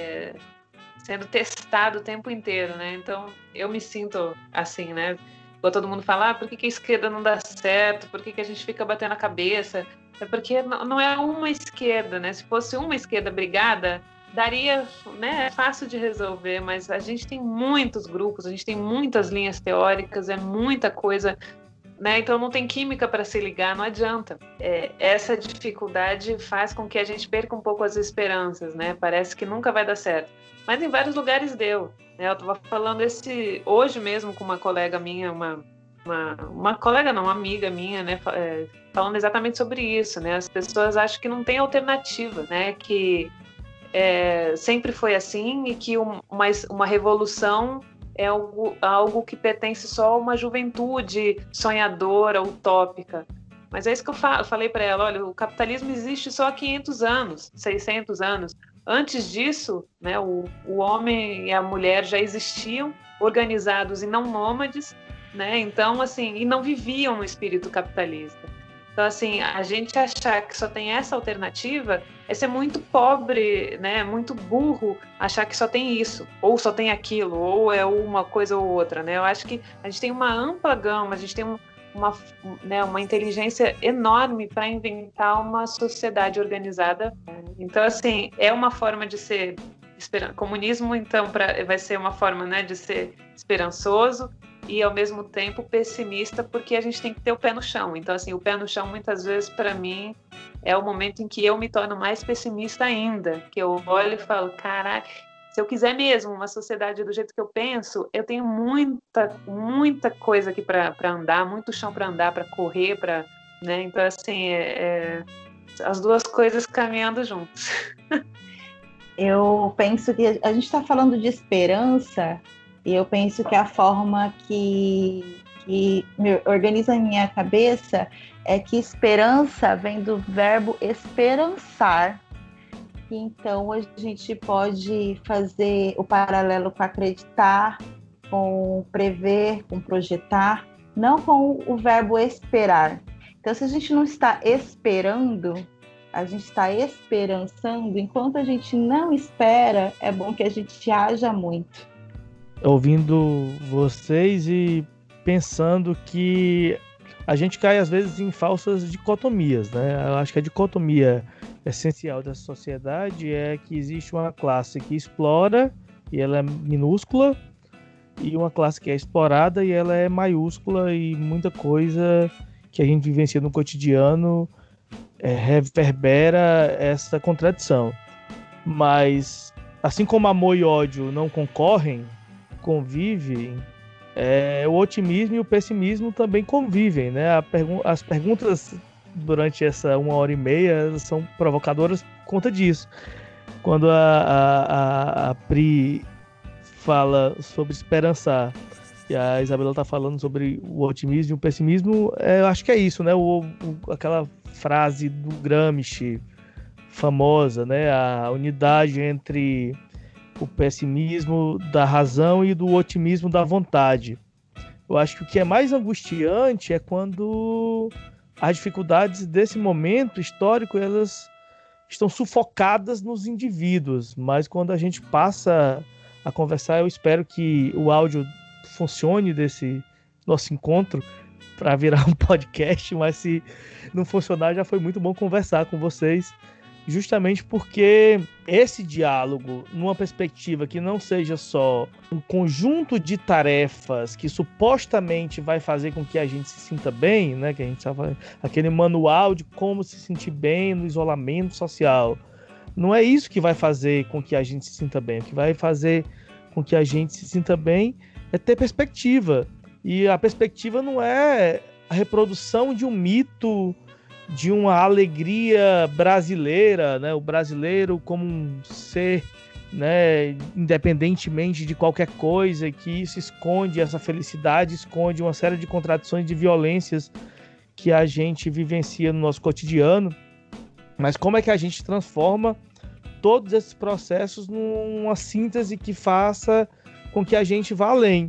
sendo testado o tempo inteiro, né? Então, eu me sinto assim, né? Quando todo mundo fala, por que a esquerda não dá certo? Por que a gente fica batendo a cabeça? É porque não é uma esquerda, né? Se fosse uma esquerda brigada, daria, né? É fácil de resolver, mas a gente tem muitos grupos, a gente tem muitas linhas teóricas, é muita coisa, né? Então não tem química para se ligar, não adianta. Essa dificuldade faz com que a gente perca um pouco as esperanças, né? Parece que nunca vai dar certo. Mas em vários lugares deu. Eu estava falando hoje mesmo com uma colega minha, uma uma colega, não, uma amiga minha, né, falando exatamente sobre isso, né? As pessoas acham que não tem alternativa, né? Que sempre foi assim e que uma revolução é algo que pertence só a uma juventude sonhadora, utópica. Mas é isso que eu falei para ela, olha, o capitalismo existe só há 500 anos, 600 anos. Antes disso, né, o homem e a mulher já existiam, organizados e não nômades, né? Então, assim, e não viviam no espírito capitalista. Então, assim, a gente achar que só tem essa alternativa é ser muito pobre, né? Muito burro achar que só tem isso, ou só tem aquilo, ou é uma coisa ou outra, né? Eu acho que a gente tem uma ampla gama, a gente tem uma inteligência enorme para inventar uma sociedade organizada. Então, assim, é uma forma de ser comunismo, então, vai ser uma forma, né, de ser esperançoso e, ao mesmo tempo, pessimista, porque a gente tem que ter o pé no chão. Então, assim, o pé no chão, muitas vezes, para mim, é o momento em que eu me torno mais pessimista ainda, que eu olho e falo, caralho, se eu quiser mesmo uma sociedade do jeito que eu penso, eu tenho muita coisa aqui para andar, muito chão para andar, para correr, né? Então, assim, as duas coisas caminhando juntos. Eu penso que a gente está falando de esperança, e eu penso que a forma que organiza a minha cabeça é que esperança vem do verbo esperançar. Então, a gente pode fazer o paralelo com acreditar, com prever, com projetar, não com o verbo esperar. Então, se a gente não está esperando, a gente está esperançando. Enquanto a gente não espera, é bom que a gente haja muito. Ouvindo vocês e pensando que a gente cai, às vezes, em falsas dicotomias, né? Eu acho que a dicotomia essencial da sociedade é que existe uma classe que explora e ela é minúscula, e uma classe que é explorada e ela é maiúscula, e muita coisa que a gente vivencia no cotidiano reverbera essa contradição. Mas, assim como amor e ódio não convivem, o otimismo e o pessimismo também convivem, né? As perguntas durante essa 1h30 são provocadoras por conta disso. Quando a Pri fala sobre esperançar e a Isabela está falando sobre o otimismo e o pessimismo, eu acho que é isso, né? Aquela frase do Gramsci famosa, né? A unidade entre o pessimismo da razão e do otimismo da vontade. Eu acho que o que é mais angustiante é quando as dificuldades desse momento histórico, elas estão sufocadas nos indivíduos, mas quando a gente passa a conversar, eu espero que o áudio funcione desse nosso encontro para virar um podcast, mas se não funcionar, já foi muito bom conversar com vocês, justamente porque esse diálogo, numa perspectiva que não seja só um conjunto de tarefas que supostamente vai fazer com que a gente se sinta bem, né? Que a gente sabe, aquele manual de como se sentir bem no isolamento social. Não é isso que vai fazer com que a gente se sinta bem. O que vai fazer com que a gente se sinta bem é ter perspectiva. E a perspectiva não é a reprodução de um mito, de uma alegria brasileira, né? O brasileiro como um ser, né, independentemente de qualquer coisa, que isso esconde, essa felicidade esconde uma série de contradições, de violências que a gente vivencia no nosso cotidiano. Mas como é que a gente transforma todos esses processos numa síntese que faça com que a gente vá além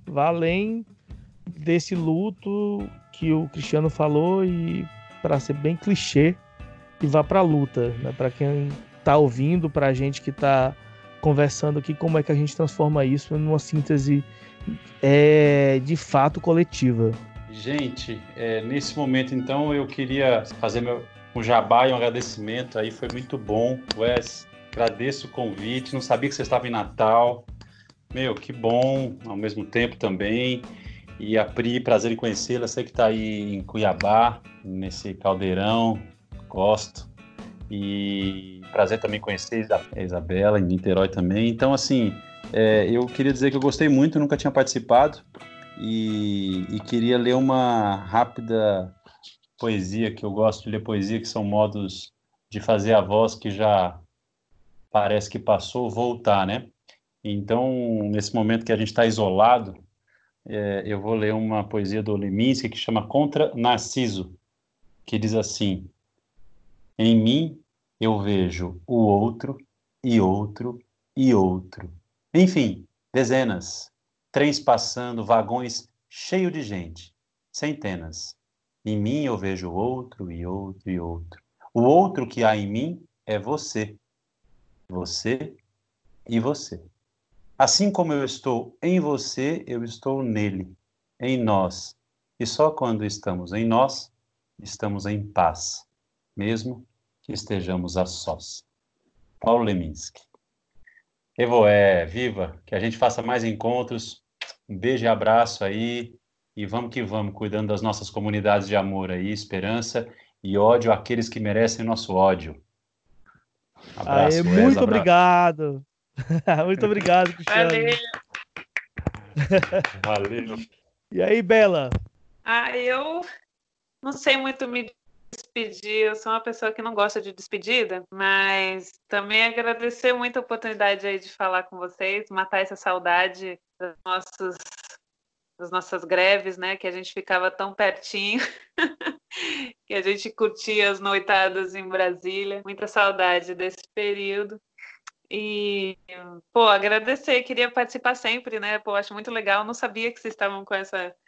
desse luto que o Cristiano falou, e para ser bem clichê, e vá para a luta, né? Para quem está ouvindo, para a gente que está conversando aqui, como é que a gente transforma isso numa síntese de fato coletiva. Gente, nesse momento então eu queria fazer um jabá e um agradecimento aí, foi muito bom. Wes, agradeço o convite, não sabia que você estava em Natal, que bom, ao mesmo tempo também. E a Pri, prazer em conhecê-la, sei que está aí em Cuiabá, nesse caldeirão, gosto. E prazer também conhecer a Isabela, em Niterói também. Então, assim, eu queria dizer que eu gostei muito, nunca tinha participado. e queria ler uma rápida poesia, que eu gosto de ler poesia, que são modos de fazer a voz que já parece que passou, voltar, né? Então, nesse momento que a gente está isolado, eu vou ler uma poesia do Leminski que chama Contra Narciso, que diz assim: em mim eu vejo o outro, e outro, e outro. Enfim, dezenas, trens passando, vagões cheios de gente, centenas. Em mim eu vejo outro, e outro, e outro. O outro que há em mim é você. Você e você. Assim como eu estou em você, eu estou nele, em nós. E só quando estamos em nós, estamos em paz, mesmo que estejamos a sós. Paulo Leminski. Evoé, viva, que a gente faça mais encontros. Um beijo e abraço aí. E vamos que vamos, cuidando das nossas comunidades de amor aí, esperança e ódio àqueles que merecem nosso ódio. Abraço, Aê, muito obrigado. Muito obrigado, Cristiano. Valeu. E aí, Bela? Eu não sei muito me despedir, eu sou uma pessoa que não gosta de despedida, mas também agradecer muito a oportunidade aí de falar com vocês, matar essa saudade das nossas greves, né, que a gente ficava tão pertinho, que a gente curtia as noitadas em Brasília, muita saudade desse período. E, agradecer, queria participar sempre, né? Acho muito legal, não sabia que vocês estavam com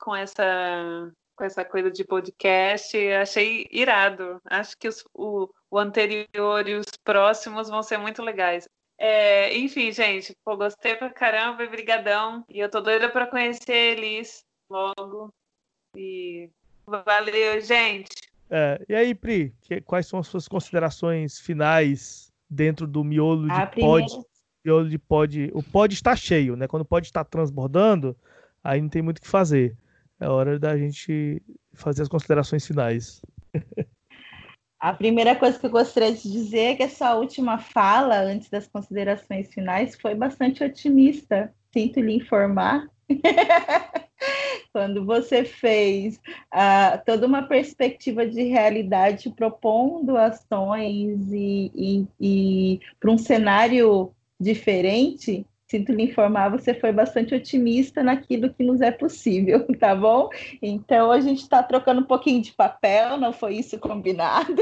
essa coisa de podcast, achei irado. Acho que o anterior e os próximos vão ser muito legais. Enfim, gente, gostei pra caramba, brigadão. E eu tô doida pra conhecer a Elis logo. E valeu, gente. E aí, Pri, quais são as suas considerações finais dentro do miolo de pod? Miolo de pod. O pod está cheio, né? Quando o pod está transbordando, aí não tem muito o que fazer. É hora da gente fazer as considerações finais. A primeira coisa que eu gostaria de dizer é que essa última fala, antes das considerações finais, foi bastante otimista. Sinto lhe informar. Quando você fez toda uma perspectiva de realidade, propondo ações e para um cenário diferente, sinto lhe informar, você foi bastante otimista naquilo que nos é possível, tá bom? Então, a gente está trocando um pouquinho de papel, não foi isso combinado?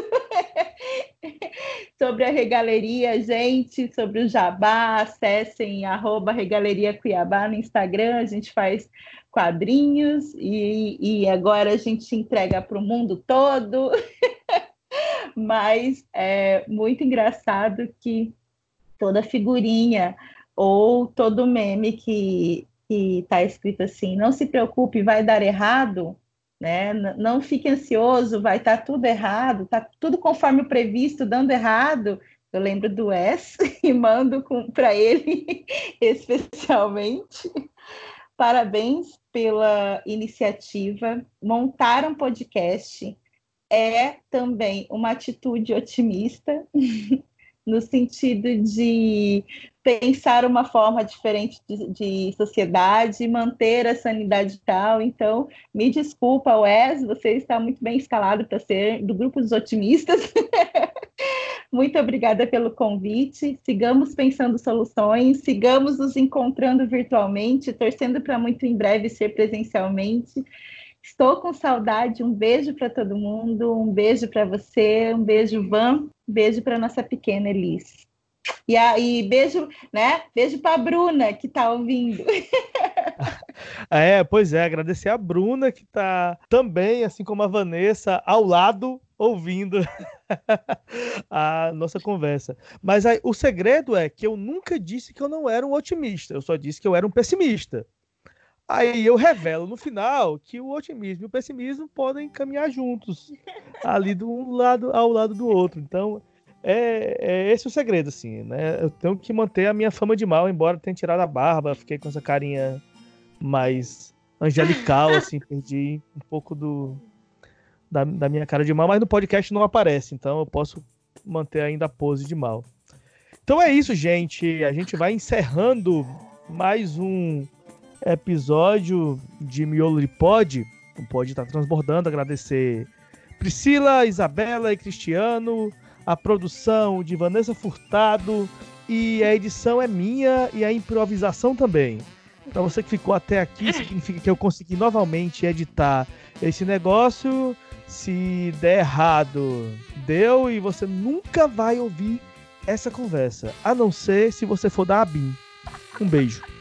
Sobre a Regaleria, gente, sobre o Jabá, acessem @Regaleria_Cuiabá no Instagram, a gente faz quadrinhos e agora a gente entrega para o mundo todo. Mas é muito engraçado que toda figurinha ou todo meme que está escrito assim, não se preocupe, vai dar errado, né? Não fique ansioso, vai estar tudo errado, está tudo conforme o previsto, dando errado. Eu lembro do Wes e mando para ele especialmente. Parabéns pela iniciativa. Montar um podcast é também uma atitude otimista, no sentido de pensar uma forma diferente de sociedade, manter a sanidade tal. Então, me desculpa, Wes, você está muito bem escalado para ser do grupo dos otimistas. Muito obrigada pelo convite. Sigamos pensando soluções, sigamos nos encontrando virtualmente, torcendo para muito em breve ser presencialmente. Estou com saudade, um beijo para todo mundo, um beijo para você, um beijo, Van, um beijo para nossa pequena Elis. E beijo, né? Beijo para a Bruna, que está ouvindo. Pois é, agradecer a Bruna, que está também, assim como a Vanessa, ao lado, ouvindo a nossa conversa. Mas aí, o segredo é que eu nunca disse que eu não era um otimista, eu só disse que eu era um pessimista. Aí eu revelo no final que o otimismo e o pessimismo podem caminhar juntos, ali de um lado ao lado do outro. Então, é esse o segredo, assim, né? Eu tenho que manter a minha fama de mal, embora tenha tirado a barba, fiquei com essa carinha mais angelical, assim, perdi um pouco da minha cara de mal, mas no podcast não aparece, então eu posso manter ainda a pose de mal. Então é isso, gente. A gente vai encerrando mais um episódio de Miolo de Pod. O Pod tá transbordando. Agradecer Priscila, Isabela e Cristiano. A produção de Vanessa Furtado. E a edição é minha e a improvisação também. Para você que ficou até aqui, significa que eu consegui novamente editar esse negócio. Se der errado, deu, e você nunca vai ouvir essa conversa, a não ser se você for da ABIN. Um beijo.